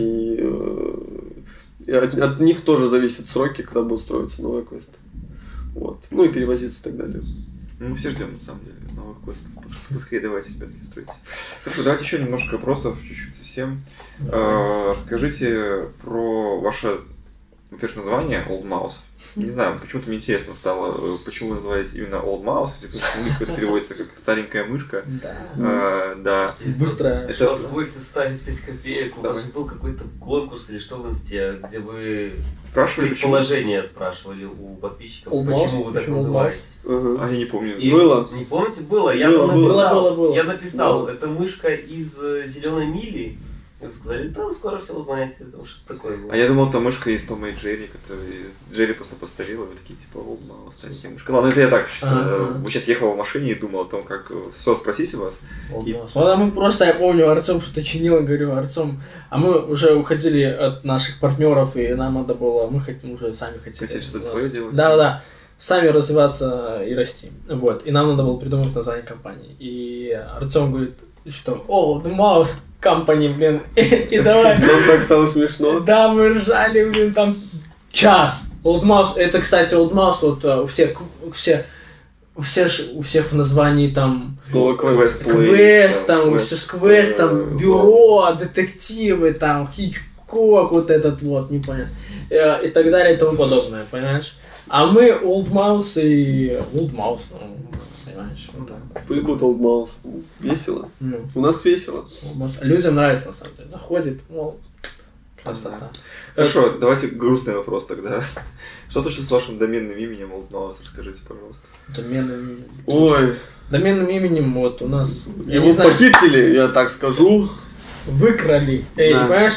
[SPEAKER 3] И, и от, от них тоже зависят сроки, когда будут строиться новые квесты. Вот. Ну и перевозиться и так далее.
[SPEAKER 1] Мы все ждем, на самом деле, новых квестов. Быстрее давайте, ребятки, стройте. Хорошо, давайте еще немножко вопросов, чуть-чуть совсем. А, расскажите про ваше, во-первых, название Old Mouse. Не знаю, почему-то мне интересно стало, почему вы называетесь именно Old Mouse, если с английского это переводится как старенькая мышка.
[SPEAKER 2] Да.
[SPEAKER 1] А, да.
[SPEAKER 2] Быстрая.
[SPEAKER 4] Это... Сейчас будете ставить пять копеек, у вас же был какой-то конкурс или что в инсте, где вы
[SPEAKER 1] спрашивали,
[SPEAKER 4] предположение почему? Спрашивали у подписчиков,
[SPEAKER 2] Old
[SPEAKER 4] почему
[SPEAKER 2] Mouse?
[SPEAKER 4] вы так
[SPEAKER 2] почему
[SPEAKER 4] называете.
[SPEAKER 1] Uh-huh. А я не помню.
[SPEAKER 3] И было?
[SPEAKER 4] Не помните? Было. Я
[SPEAKER 3] было,
[SPEAKER 4] написал,
[SPEAKER 2] было, было, было.
[SPEAKER 4] Я написал,
[SPEAKER 2] было.
[SPEAKER 4] это мышка из Зеленой мили. И вы сказали, да, вы скоро все узнаете, потому что такое было.
[SPEAKER 1] А я думал, это мышка из Тома и Джерри, которая Джерри просто постарела, вы такие, типа, о, мало, старенькая мышка. Ладно, это я так, честно, вы сейчас ехал в машине и думал о том, как все спросить у вас.
[SPEAKER 2] И... А мы просто, я помню, Артем что-то чинил, и говорю, Артем, а мы уже уходили от наших партнеров, и нам надо было, мы хотим уже сами хотели.
[SPEAKER 1] Хотели что-то свое делать?
[SPEAKER 2] Да, да. Сами развиваться и расти. Вот. И нам надо было придумать название компании. И Артем говорит, что Old Mouse Company, блин, и давай.
[SPEAKER 3] Нам так стало смешно.
[SPEAKER 2] Да, мы ржали, блин, там час. Old Mouse, это, кстати, Old Mouse, вот у всех, все, все, у всех в названии там
[SPEAKER 3] слово квест,
[SPEAKER 2] квест, там, все с квестом, бюро, детективы, там, Хичкок, вот этот вот, не понял, и так далее и тому подобное, понимаешь? А мы Old Mouse и Old Mouse, ну, понимаешь?
[SPEAKER 1] Ну да.
[SPEAKER 3] Пусть будет Old Mouse. Весело.
[SPEAKER 2] Ну.
[SPEAKER 3] У нас весело.
[SPEAKER 2] Людям нравится, на самом деле. Заходит, мол, красота.
[SPEAKER 1] Да. Хорошо, это... давайте грустный вопрос тогда. Что случилось с вашим доменным именем Old Mouse? Расскажите, пожалуйста.
[SPEAKER 2] Доменным именем?
[SPEAKER 3] Ой.
[SPEAKER 2] Доменным именем вот у нас...
[SPEAKER 3] Его похитили, я так скажу.
[SPEAKER 2] Выкрали. Эй, да. Понимаешь?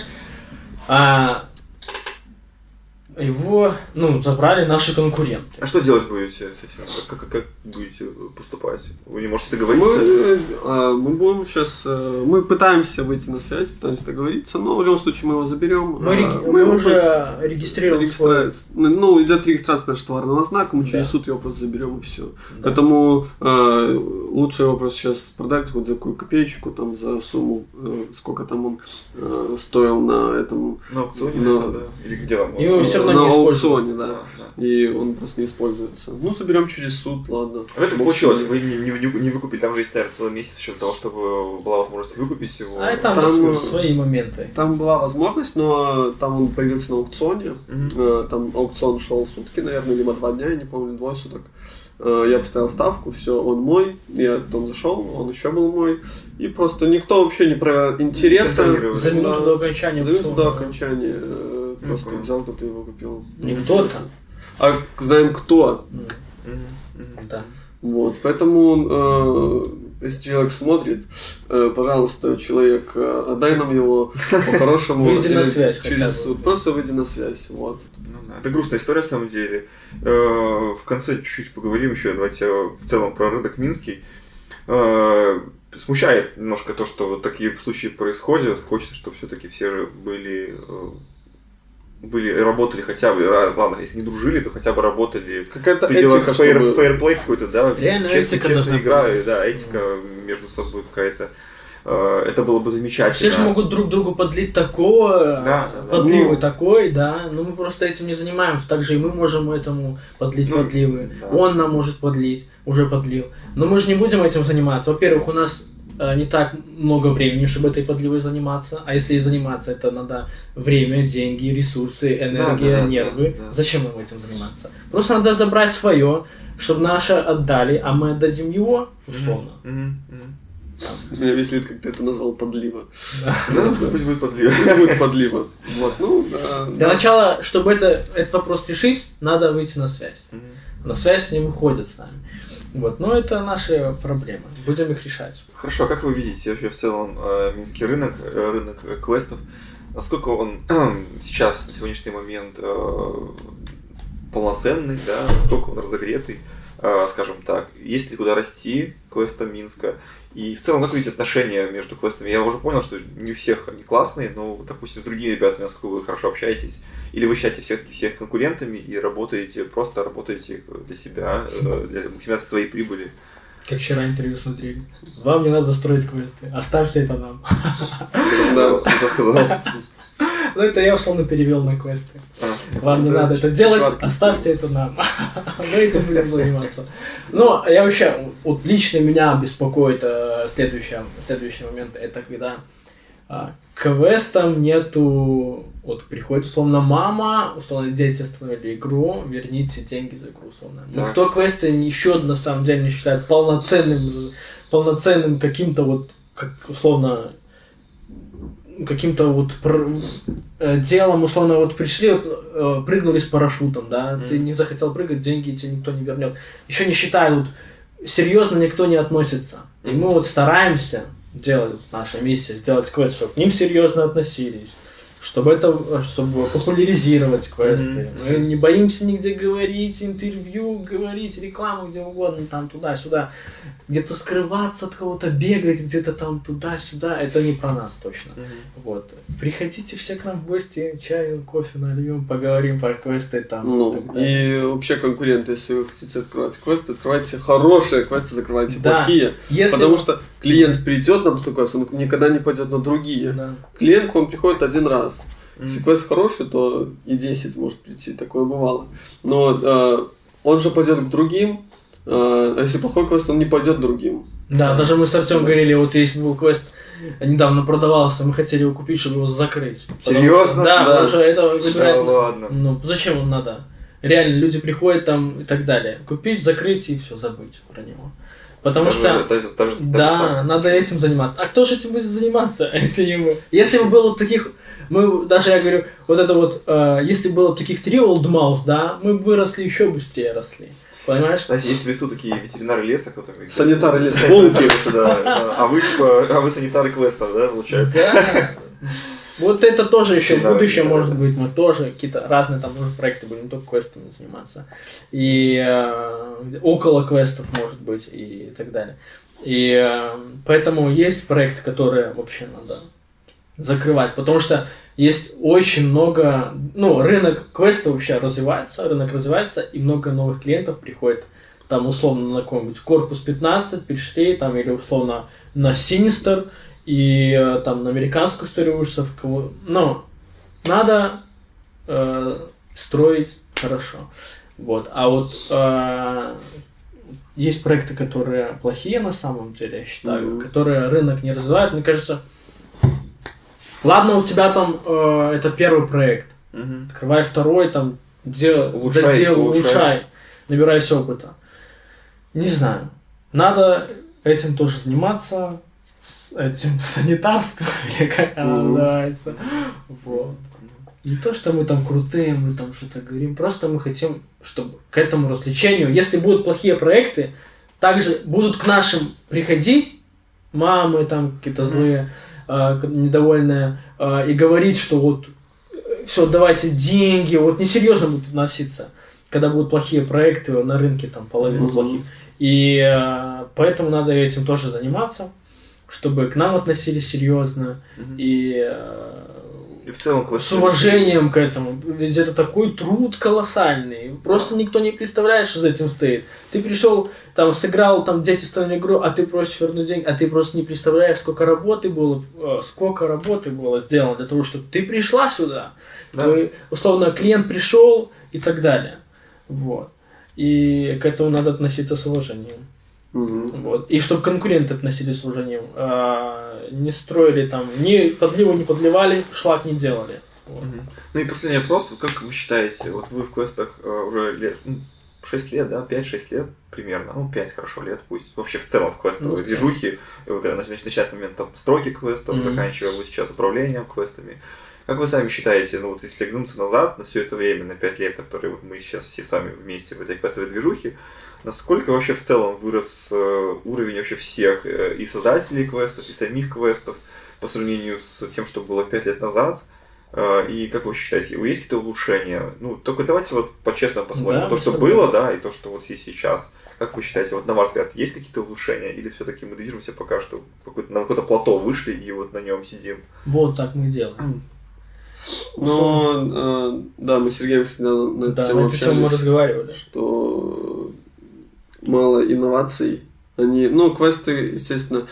[SPEAKER 2] А... Его, ну, забрали наши конкуренты.
[SPEAKER 1] А что делать будете с этим? Как, как, как будете поступать? Вы не можете договориться?
[SPEAKER 3] Мы, э, мы будем сейчас... Э, мы пытаемся выйти на связь, пытаемся договориться, но в любом случае мы его заберем.
[SPEAKER 2] Мы, реги- мы, мы уже регистрируем
[SPEAKER 3] регистра... свой... Ну, идет регистрация нашего товарного знака, мы да. через суд его просто заберем и все. Да. Поэтому э, лучше его просто сейчас продать вот за какую копеечку, там, за сумму, э, сколько там он э, стоил на этом...
[SPEAKER 1] На аукционе,
[SPEAKER 3] на...
[SPEAKER 1] да. Или где там?
[SPEAKER 2] Его все
[SPEAKER 3] на аукционе, да.
[SPEAKER 1] Да, да.
[SPEAKER 3] И он просто не используется. Ну, заберем через суд, ладно.
[SPEAKER 1] А это получилось, вы не, не, не выкупили, там же есть, наверное, целый месяц еще для того, чтобы была возможность выкупить его.
[SPEAKER 2] А там, там свои моменты.
[SPEAKER 3] Там была возможность, но там он появился на аукционе. Mm-hmm. Там аукцион шел сутки, наверное, либо два дня, я не помню, двое суток. Я поставил ставку, все, он мой, я потом зашел, он еще был мой. И просто никто вообще не про интереса.
[SPEAKER 2] За минуту до окончания.
[SPEAKER 3] За минуту до окончания. Просто mm-hmm. взял, кто-то его купил.
[SPEAKER 2] Не кто-то.
[SPEAKER 3] А знаем кто.
[SPEAKER 2] Mm-hmm. Да.
[SPEAKER 3] Вот, поэтому, э, если человек смотрит, э, пожалуйста, человек, э, отдай нам его по-хорошему.
[SPEAKER 2] Выйди на связь
[SPEAKER 3] через суд. Просто выйди на связь. Вот.
[SPEAKER 1] Ну, да. Это грустная история, на самом деле. Э, в конце чуть-чуть поговорим еще, давайте в целом про рынок минский. Э, смущает немножко то, что вот такие случаи происходят. Хочется, чтобы все-таки все были... Э, были, работали хотя бы, ладно, если не дружили, то хотя бы работали
[SPEAKER 3] какая-то
[SPEAKER 1] в пределах фейр,
[SPEAKER 3] чтобы...
[SPEAKER 1] фейерплей какой-то, да,
[SPEAKER 2] реально
[SPEAKER 1] честная,
[SPEAKER 2] этика
[SPEAKER 1] честная игра,
[SPEAKER 2] быть.
[SPEAKER 1] Да, этика mm. между собой какая-то, э, это было бы замечательно.
[SPEAKER 2] Все же могут друг другу подлить такого, да, да, подливы да. такой, да, но мы просто этим не занимаемся, также и мы можем этому подлить ну, подливы, да. Он нам может подлить, уже подлил, но мы же не будем этим заниматься, во-первых, у нас не так много времени, чтобы этой подливой заниматься. А если и заниматься, это надо время, деньги, ресурсы, энергия, да, да, нервы. Да, да. Зачем нам этим заниматься? Просто надо забрать свое, чтобы наше отдали, а мы отдадим его, условно.
[SPEAKER 1] Mm-hmm. Mm-hmm.
[SPEAKER 3] Меня веселит, как ты это назвал, подлива.
[SPEAKER 1] Ну, пусть будет подлива.
[SPEAKER 3] Будет подлива. Вот, ну, да.
[SPEAKER 2] Для начала, чтобы это, этот вопрос решить, надо выйти на связь. На связь не выходят с нами. Вот, но это наши проблемы. Будем их решать.
[SPEAKER 1] Хорошо, а как вы видите вообще в целом э, минский рынок, э, рынок э, квестов? Насколько он сейчас, на сегодняшний момент, э, полноценный, да? Насколько он разогретый, э, скажем так? Есть ли куда расти квестам Минска? И в целом, как вы видите отношения между квестами? Я уже понял, что не у всех они классные, но, допустим, с другими ребятами, насколько вы хорошо общаетесь, или вы считаете все-таки всех конкурентами и работаете, просто работаете для себя, для максимизации своей прибыли?
[SPEAKER 2] Как вчера интервью смотрели. Вам не надо строить квесты, оставьте это нам.
[SPEAKER 1] Да, кто сказал?
[SPEAKER 2] Ну, это я условно перевел на квесты. Вам не надо это делать, оставьте это нам. Мы этим будем заниматься. Но я вообще, вот лично меня беспокоит следующий, следующий момент, это когда квестам нету, вот приходит условно мама, условно дети остановили игру, верните деньги за игру условно. Никто квесты еще на самом деле не считает полноценным, полноценным каким-то вот, как условно, каким-то вот пр- делом, условно, вот пришли, э, прыгнули с парашютом, да, mm. ты не захотел прыгать, деньги тебе никто не вернет. Еще не считают, вот, серьезно никто не относится. Mm. И мы вот стараемся делать, вот, наша миссия, сделать квест, чтобы к ним серьезно относились, чтобы это, чтобы популяризировать квесты. Mm-hmm. Мы не боимся нигде говорить, интервью, говорить, рекламу, где угодно, там туда-сюда, где-то скрываться от кого-то, бегать где-то там туда-сюда. Это не про нас точно. Mm-hmm. Вот. Приходите все к нам в гости, чаю, кофе нальем, поговорим про квесты там.
[SPEAKER 3] Ну, и, и вообще конкуренты, если вы хотите открывать квесты, открывайте хорошие квесты, закрывайте да. плохие. Если... Потому что клиент придет на такой квест, он никогда не пойдет на другие. Да. Клиент к вам приходит один раз. Если квест хороший, то и десять может прийти, такое бывало. Но э, он же пойдет к другим, э, а если плохой квест, он не пойдет к другим.
[SPEAKER 2] Да, а, даже мы с Артём да. говорили, вот если был квест, недавно продавался, мы хотели его купить, чтобы его закрыть.
[SPEAKER 1] Серьезно?
[SPEAKER 2] Что, да, да, потому что это забирает...
[SPEAKER 1] Да ладно.
[SPEAKER 2] Ну, зачем он надо? Реально, люди приходят там и так далее. Купить, закрыть и все, забыть про него. Потому даже, что, даже, даже, да, даже надо этим заниматься. А кто же этим будет заниматься, если не мы? Если бы было таких, мы, даже я говорю, вот это вот, э, если было таких три Old Mouse, да, мы бы выросли еще быстрее росли. Понимаешь?
[SPEAKER 1] Знаете, есть в лесу такие ветеринары леса, которые...
[SPEAKER 3] Санитары леса, волки.
[SPEAKER 1] А вы, типа, а вы санитары квестов, да, получается?
[SPEAKER 2] Да. Вот это тоже еще в будущем, может быть, мы тоже какие-то разные там может, проекты будем, не только квестами заниматься. И э, около квестов, может быть, и так далее. И э, поэтому есть проекты, которые вообще надо закрывать, потому что есть очень много, ну, рынок квестов вообще развивается, рынок развивается, и много новых клиентов приходит, там, условно, на какой-нибудь Корпус пятнадцать пришли, там, или, условно, на Sinister, и там на американскую историю ужасов, кого... но надо э, строить хорошо. Вот. А вот э, есть проекты, которые плохие на самом деле, я считаю, mm-hmm. которые рынок не развивает. Мне кажется, ладно, у тебя там э, это первый проект, mm-hmm. открывай второй, там, где улучшай, додел, улучшай. улучшай, набирайся опыта. Не знаю. Надо этим тоже заниматься. С этим санитарством, или как оно mm-hmm. называется. Вот. Не то, что мы там крутые, мы там что-то говорим, просто мы хотим, чтобы к этому развлечению, если будут плохие проекты, также будут к нашим приходить мамы там какие-то злые, э, недовольные, э, и говорить, что вот все, давайте деньги, вот несерьезно будут относиться, когда будут плохие проекты на рынке, там половина mm-hmm. плохих. И э, поэтому надо этим тоже заниматься, чтобы к нам относились серьезно mm-hmm. и,
[SPEAKER 1] и в целом
[SPEAKER 2] с уважением к этому. Ведь это такой труд колоссальный. Просто никто не представляет, что за этим стоит. Ты пришел, там, сыграл, там, дети ставили игру, а ты просишь вернуть деньги, а ты просто не представляешь, сколько работы было, сколько работы было сделано для того, чтобы ты пришла сюда. Да. Твой, условно, клиент пришел и так далее. Вот. И к этому надо относиться с уважением.
[SPEAKER 3] Угу.
[SPEAKER 2] Вот. И чтобы конкуренты относились с уважением, а, не строили там, ни подливу не подливали, шлак не делали. Вот.
[SPEAKER 1] Угу. Ну и последний вопрос, как вы считаете, вот вы в квестах а, уже лет, ну, шесть лет, да, пять-шесть лет примерно, ну, пять хорошо лет пусть, вообще в целом в квестовой ну, движухе, когда начинается момент там стройки квестов, mm-hmm. заканчивая вот сейчас управлением квестами. Как вы сами считаете, ну вот если оглянуться назад на все это время, на пять лет, которые вот мы сейчас все с вами вместе в этой квестовой движухе, насколько вообще в целом вырос э, уровень вообще всех э, и создателей квестов, и самих квестов по сравнению с тем, что было пять лет назад? Э, и как вы считаете, есть какие-то улучшения? Ну, только давайте вот по-честному посмотрим да, то, что было, да, и то, что вот есть сейчас. Как вы считаете, вот на ваш взгляд, есть какие-то улучшения? Или все-таки мы движемся пока что на какое-то плато вышли и вот на нем сидим?
[SPEAKER 2] Вот так мы делаем.
[SPEAKER 3] Ну, э, да, мы с Сергеем всегда на эту
[SPEAKER 2] да,
[SPEAKER 3] тему
[SPEAKER 2] на эту тему мы разговаривали.
[SPEAKER 3] Что мало инноваций. Они, ну, квесты, естественно,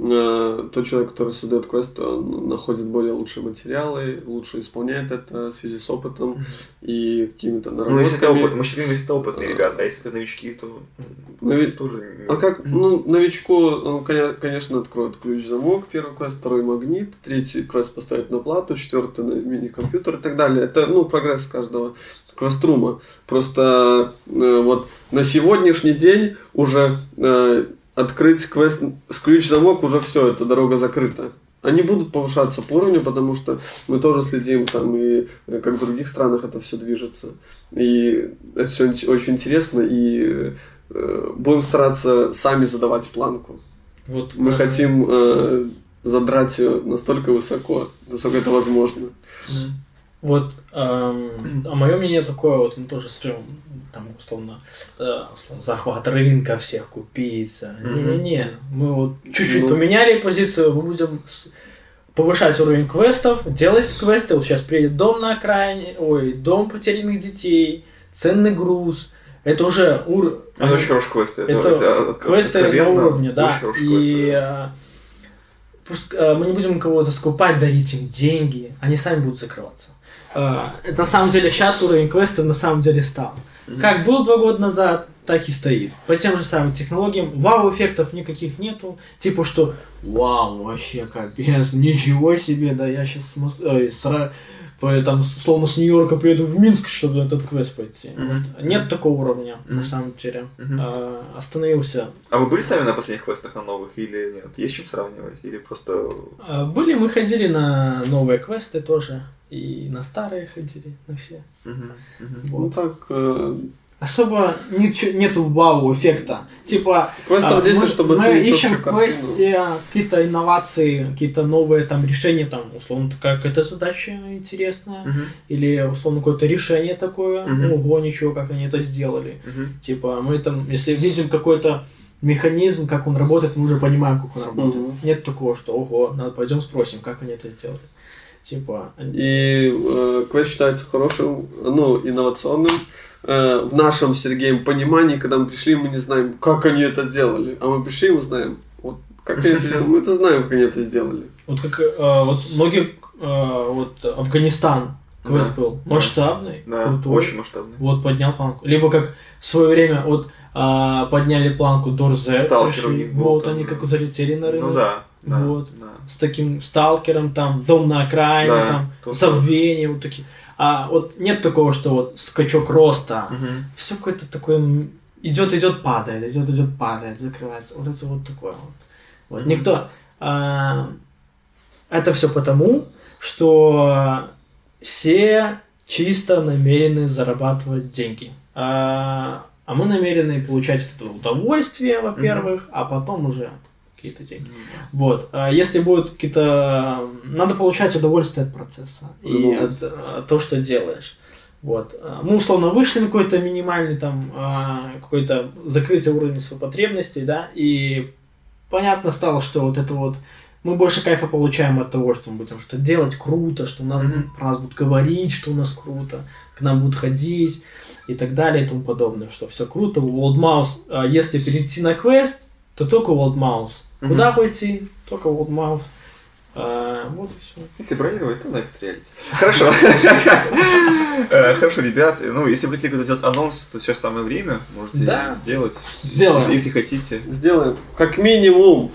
[SPEAKER 3] э, тот человек, который создает квесты, он находит более лучшие материалы, лучше исполняет это в связи с опытом и какими-то наработками.
[SPEAKER 1] Ну, если это опыт, мы считаем, если это опытные ребята, а если это новички, то
[SPEAKER 3] Нови...
[SPEAKER 1] тоже...
[SPEAKER 3] А как, ну, новичку, он, конечно, откроет ключ-замок, первый квест, второй магнит, третий квест поставить на плату, четвертый на мини-компьютер и так далее. Это, ну, прогресс каждого квеструма. Просто э, вот на сегодняшний день уже э, открыть квест с ключ-замок уже все, эта дорога закрыта. Они будут повышаться по уровню, потому что мы тоже следим там и как в других странах это все движется. И это все очень интересно, и э, будем стараться сами задавать планку.
[SPEAKER 2] Вот,
[SPEAKER 3] мы э... хотим э, задрать ее настолько высоко, насколько это возможно.
[SPEAKER 2] Mm. Вот, эм, а мое мнение такое, вот мы тоже смотрим, там, условно, э, условно, захват рынка, всех купить. Mm-hmm. Не-не-не, мы вот чуть-чуть mm-hmm. поменяли позицию, мы будем повышать уровень квестов, делать квесты. Вот сейчас приедет дом на окраине, ой, дом потерянных детей, ценный груз. Это уже уровень.
[SPEAKER 1] Это очень хороший квест. Это,
[SPEAKER 2] это, это квесты на уровне, да. И
[SPEAKER 1] квесты.
[SPEAKER 2] Пусть, э, мы не будем кого-то скупать, дарить им деньги, они сами будут закрываться. Это на самом деле сейчас уровень квестов на самом деле стал. Mm-hmm. Как был два года назад, так и стоит. По тем же самым технологиям. Вау-эффектов никаких нету. Типа что, вау, вообще капец, ничего себе, да я сейчас ой, сра... там, словно с Нью-Йорка приеду в Минск, чтобы на этот квест пойти. Mm-hmm. Вот. Нет такого уровня, mm-hmm. на самом деле. Mm-hmm. А, остановился.
[SPEAKER 1] А вы были сами на последних квестах на новых или нет? Есть чем сравнивать? Или просто...
[SPEAKER 2] А, были, мы ходили на новые квесты тоже. И на старые ходили, на все.
[SPEAKER 1] Uh-huh, uh-huh.
[SPEAKER 3] Вот. Ну так... Э...
[SPEAKER 2] Особо ничего, нету вау-эффекта. Типа,
[SPEAKER 3] квестов здесь,
[SPEAKER 2] мы,
[SPEAKER 3] чтобы
[SPEAKER 2] мы ищем в квесте какие-то инновации, какие-то новые там решения, там, условно, какая-то задача интересная, uh-huh. или, условно, какое-то решение такое, uh-huh. ого, ничего, как они это сделали. Uh-huh. Типа, мы там, если видим какой-то механизм, как он работает, мы уже понимаем, как он работает. Uh-huh. Нет такого, что, ого, надо пойдем спросим, как они это сделали. Типа...
[SPEAKER 3] И э, квест считается хорошим, ну, инновационным. Э, в нашем, с Сергеем, понимании, когда мы пришли, мы не знаем, как они это сделали. А мы пришли, мы знаем, вот, как они это сделали. Мы это знаем, как они это сделали.
[SPEAKER 2] Вот как, э, вот многие, э, вот Афганистан квест да, был масштабный,
[SPEAKER 1] да,
[SPEAKER 2] крутой.
[SPEAKER 1] Очень масштабный.
[SPEAKER 2] Вот, поднял планку. Либо как в свое время, вот, э, подняли планку Дорзе, пришли, вот, там, они как залетели на рынок.
[SPEAKER 1] Ну да. Да,
[SPEAKER 2] вот,
[SPEAKER 1] да.
[SPEAKER 2] С таким сталкером, там, дом на окраине, да, там, тоже. Забвение, вот такие. А вот нет такого, что вот скачок роста, угу. Все какое-то такое идет, идет, падает, идет, идет, падает, закрывается. Вот это вот такое вот. Вот. Угу. Никто. А, это все потому, что все чисто намерены зарабатывать деньги. А, а мы намерены получать от этого удовольствие, во-первых, угу. а потом уже какие-то деньги. Mm-hmm. Вот. А если будут какие-то... Надо получать удовольствие от процесса и mm-hmm. от, от того, что делаешь. Вот. Мы условно вышли на какой-то минимальный там какой-то закрытие уровня своих потребностей, да, и понятно стало, что вот это вот мы больше кайфа получаем от того, что мы будем что-то делать круто, что нам, mm-hmm. про нас будут говорить, что у нас круто, к нам будут ходить и так далее и тому подобное, что все круто. World Mouse, если перейти на квест, то только World Mouse. Mm-hmm. Куда пойти? Только World Mouse. А, вот и все.
[SPEAKER 1] Если бронировать, то Next Reality. Хорошо. Хорошо, ребят. Ну, если вы хотите делать анонс, то сейчас самое время. Можете сделать.
[SPEAKER 2] Сделаем.
[SPEAKER 1] Если хотите.
[SPEAKER 3] Сделаем. Как минимум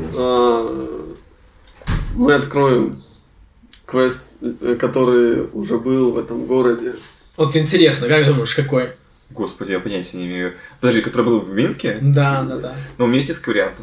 [SPEAKER 3] мы откроем квест, который уже был в этом городе.
[SPEAKER 2] Вот интересно, как думаешь, какой?
[SPEAKER 1] Господи, я понятия не имею. Подожди, который был в Минске?
[SPEAKER 2] Да, да, да.
[SPEAKER 1] Ну, у меня есть несколько вариантов.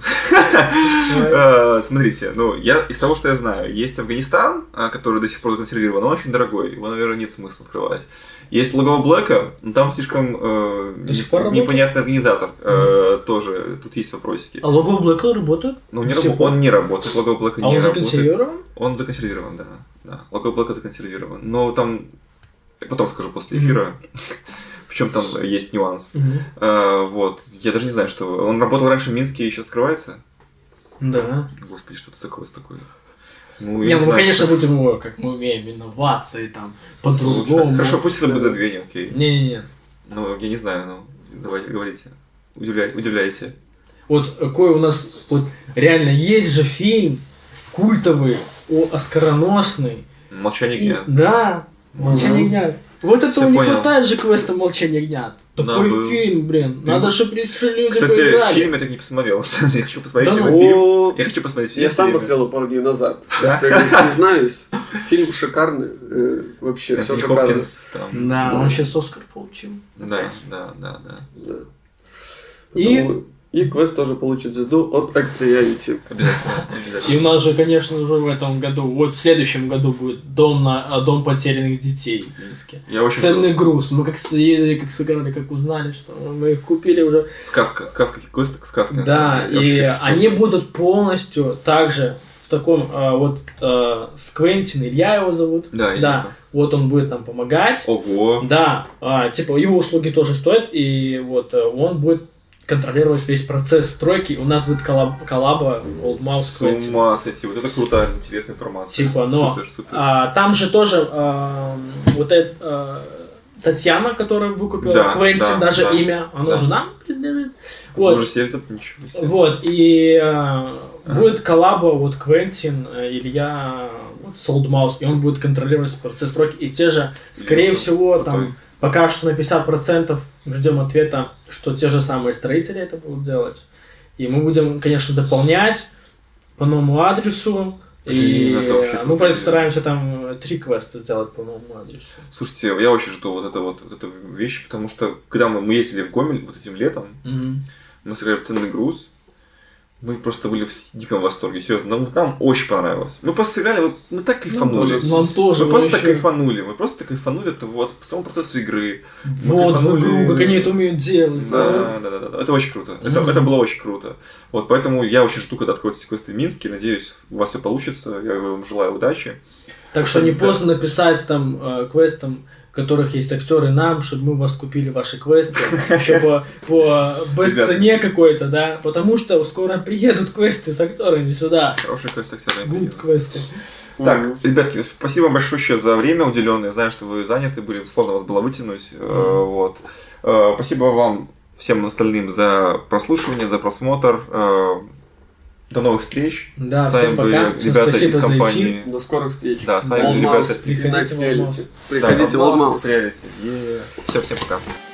[SPEAKER 1] Смотрите, ну, я из того, что я знаю, есть Афганистан, который до сих пор законсервирован, он очень дорогой, его, наверное, нет смысла открывать. Есть Логово Блэка, но там слишком э, непонятный организатор. Э, тоже тут есть вопросики.
[SPEAKER 2] А Логово Блэка работает?
[SPEAKER 1] Ну, не раб... Он не работает, Логово Блэка
[SPEAKER 2] а
[SPEAKER 1] не
[SPEAKER 2] он
[SPEAKER 1] работает.
[SPEAKER 2] законсервирован?
[SPEAKER 1] Он законсервирован, да. да. Логово Блэка законсервирован. Но там, я потом скажу после эфира, в чем там есть нюанс. Вот, я даже не знаю, что... Он работал раньше в Минске и сейчас открывается?
[SPEAKER 2] Да.
[SPEAKER 1] Господи, что-то такое такое.
[SPEAKER 2] Ну, не, ну мы, конечно, будем его, как мы умеем, инновации, там, по-другому.
[SPEAKER 1] Хорошо, пусть это будет за две, окей.
[SPEAKER 2] Не-не-не.
[SPEAKER 1] Ну, я не знаю, ну, давайте, говорите. Удивляй, удивляйте.
[SPEAKER 2] Вот какой у нас, вот, реально, есть же фильм культовый, оскароносный.
[SPEAKER 1] «Молчание ягнят».
[SPEAKER 2] Да, «Молчание ягнят». Вот этого не
[SPEAKER 1] понял.
[SPEAKER 2] хватает же квеста «Молчание ягнят». Такой
[SPEAKER 1] Надо...
[SPEAKER 2] фильм, блин. Надо, чтобы люди поиграли.
[SPEAKER 1] Кстати, фильм я так не посмотрел. Я хочу посмотреть
[SPEAKER 2] да,
[SPEAKER 1] его
[SPEAKER 2] ну...
[SPEAKER 1] фильм. Я хочу посмотреть фильм.
[SPEAKER 3] Я сам посмотрел пару дней назад. Сейчас я признаюсь. Фильм шикарный. Вообще, все шикарно.
[SPEAKER 2] Да, он сейчас Оскар получил.
[SPEAKER 1] Да, да, да, да.
[SPEAKER 2] И...
[SPEAKER 3] И квест тоже получит звезду от Extra Reality.
[SPEAKER 1] Обязательно, обязательно.
[SPEAKER 2] И у нас же, конечно же, в этом году, вот в следующем году будет дом, на, дом потерянных детей в Минске.
[SPEAKER 1] Я очень
[SPEAKER 2] Ценный
[SPEAKER 1] был.
[SPEAKER 2] груз. Мы как ездили, как сыграли, как узнали, что мы их купили уже.
[SPEAKER 1] Сказка, сказка, квест, сказка.
[SPEAKER 2] Да, и они будут полностью также в таком, а, вот, а, с Квентин, Илья его зовут.
[SPEAKER 1] Да,
[SPEAKER 2] да. Вот он будет нам помогать.
[SPEAKER 1] Ого.
[SPEAKER 2] Да, а, типа его услуги тоже стоят, и вот он будет контролировать весь процесс стройки. У нас будет коллаб, коллаба Old Mouse Quentin.
[SPEAKER 1] С ума сойти, вот это крутая, интересная информация.
[SPEAKER 2] Типа, но
[SPEAKER 1] супер, супер.
[SPEAKER 2] А, там же тоже а, вот эта а, Татьяна, которая выкупила
[SPEAKER 1] да,
[SPEAKER 2] Квентин,
[SPEAKER 1] да,
[SPEAKER 2] даже
[SPEAKER 1] да,
[SPEAKER 2] имя, оно
[SPEAKER 1] да.
[SPEAKER 2] же нам принадлежит. Вот.
[SPEAKER 1] Уже себе ничего себе.
[SPEAKER 2] Вот, и а, ага. будет коллаба, вот Квентин, Илья, вот, с Old Mouse, и он будет контролировать процесс стройки. И те же, скорее
[SPEAKER 1] Илья,
[SPEAKER 2] всего,
[SPEAKER 1] крутой.
[SPEAKER 2] там пока что на пятьдесят процентов ждем ответа, что те же самые строители это будут делать. И мы будем, конечно, дополнять по новому адресу. И мы постараемся там три квеста сделать по новому адресу.
[SPEAKER 1] Слушайте, я очень жду вот, это вот, вот эту вещь, потому что когда мы, мы ездили в Гомель вот этим летом, mm-hmm. мы сыграли в «Ценный груз», мы просто были в диком восторге, серьезно, нам, нам очень понравилось. Мы просто сыграли, мы, мы так кайфанули.
[SPEAKER 2] Нам тоже.
[SPEAKER 1] Мы просто так
[SPEAKER 2] еще...
[SPEAKER 1] кайфанули, мы просто так кайфанули, это вот по самому процессу игры.
[SPEAKER 2] Вот в игру, как они это умеют делать.
[SPEAKER 1] Да, да, да, да, да. Это очень круто, mm-hmm. это, это было очень круто. Вот, поэтому я очень жду, когда откроются квесты в Минске, надеюсь, у вас все получится, я вам желаю удачи.
[SPEAKER 2] Так что не поздно написать там э, квестам, в которых есть актеры нам, чтобы мы вас купили ваши квесты, еще по, по бест-цене какой-то, да, потому что скоро приедут квесты с актерами сюда.
[SPEAKER 1] Хорошие квесты с актерами.
[SPEAKER 2] Будут квесты.
[SPEAKER 1] Так, mm-hmm. ребятки, спасибо большое за время уделенное. Знаю, что вы заняты были, сложно вас было вытянуть. Mm-hmm. Вот. Спасибо вам всем остальным за прослушивание, за просмотр. До новых встреч.
[SPEAKER 2] Да,
[SPEAKER 1] с вами
[SPEAKER 2] всем
[SPEAKER 1] были
[SPEAKER 2] пока.
[SPEAKER 1] ребята
[SPEAKER 2] всем
[SPEAKER 1] из компании.
[SPEAKER 3] До скорых встреч.
[SPEAKER 1] Да, с вами
[SPEAKER 3] Old
[SPEAKER 1] были ребята
[SPEAKER 3] из
[SPEAKER 2] Приходите
[SPEAKER 3] Next Reality.
[SPEAKER 1] Приходите
[SPEAKER 3] в Old Mouse.
[SPEAKER 1] Все, всем пока.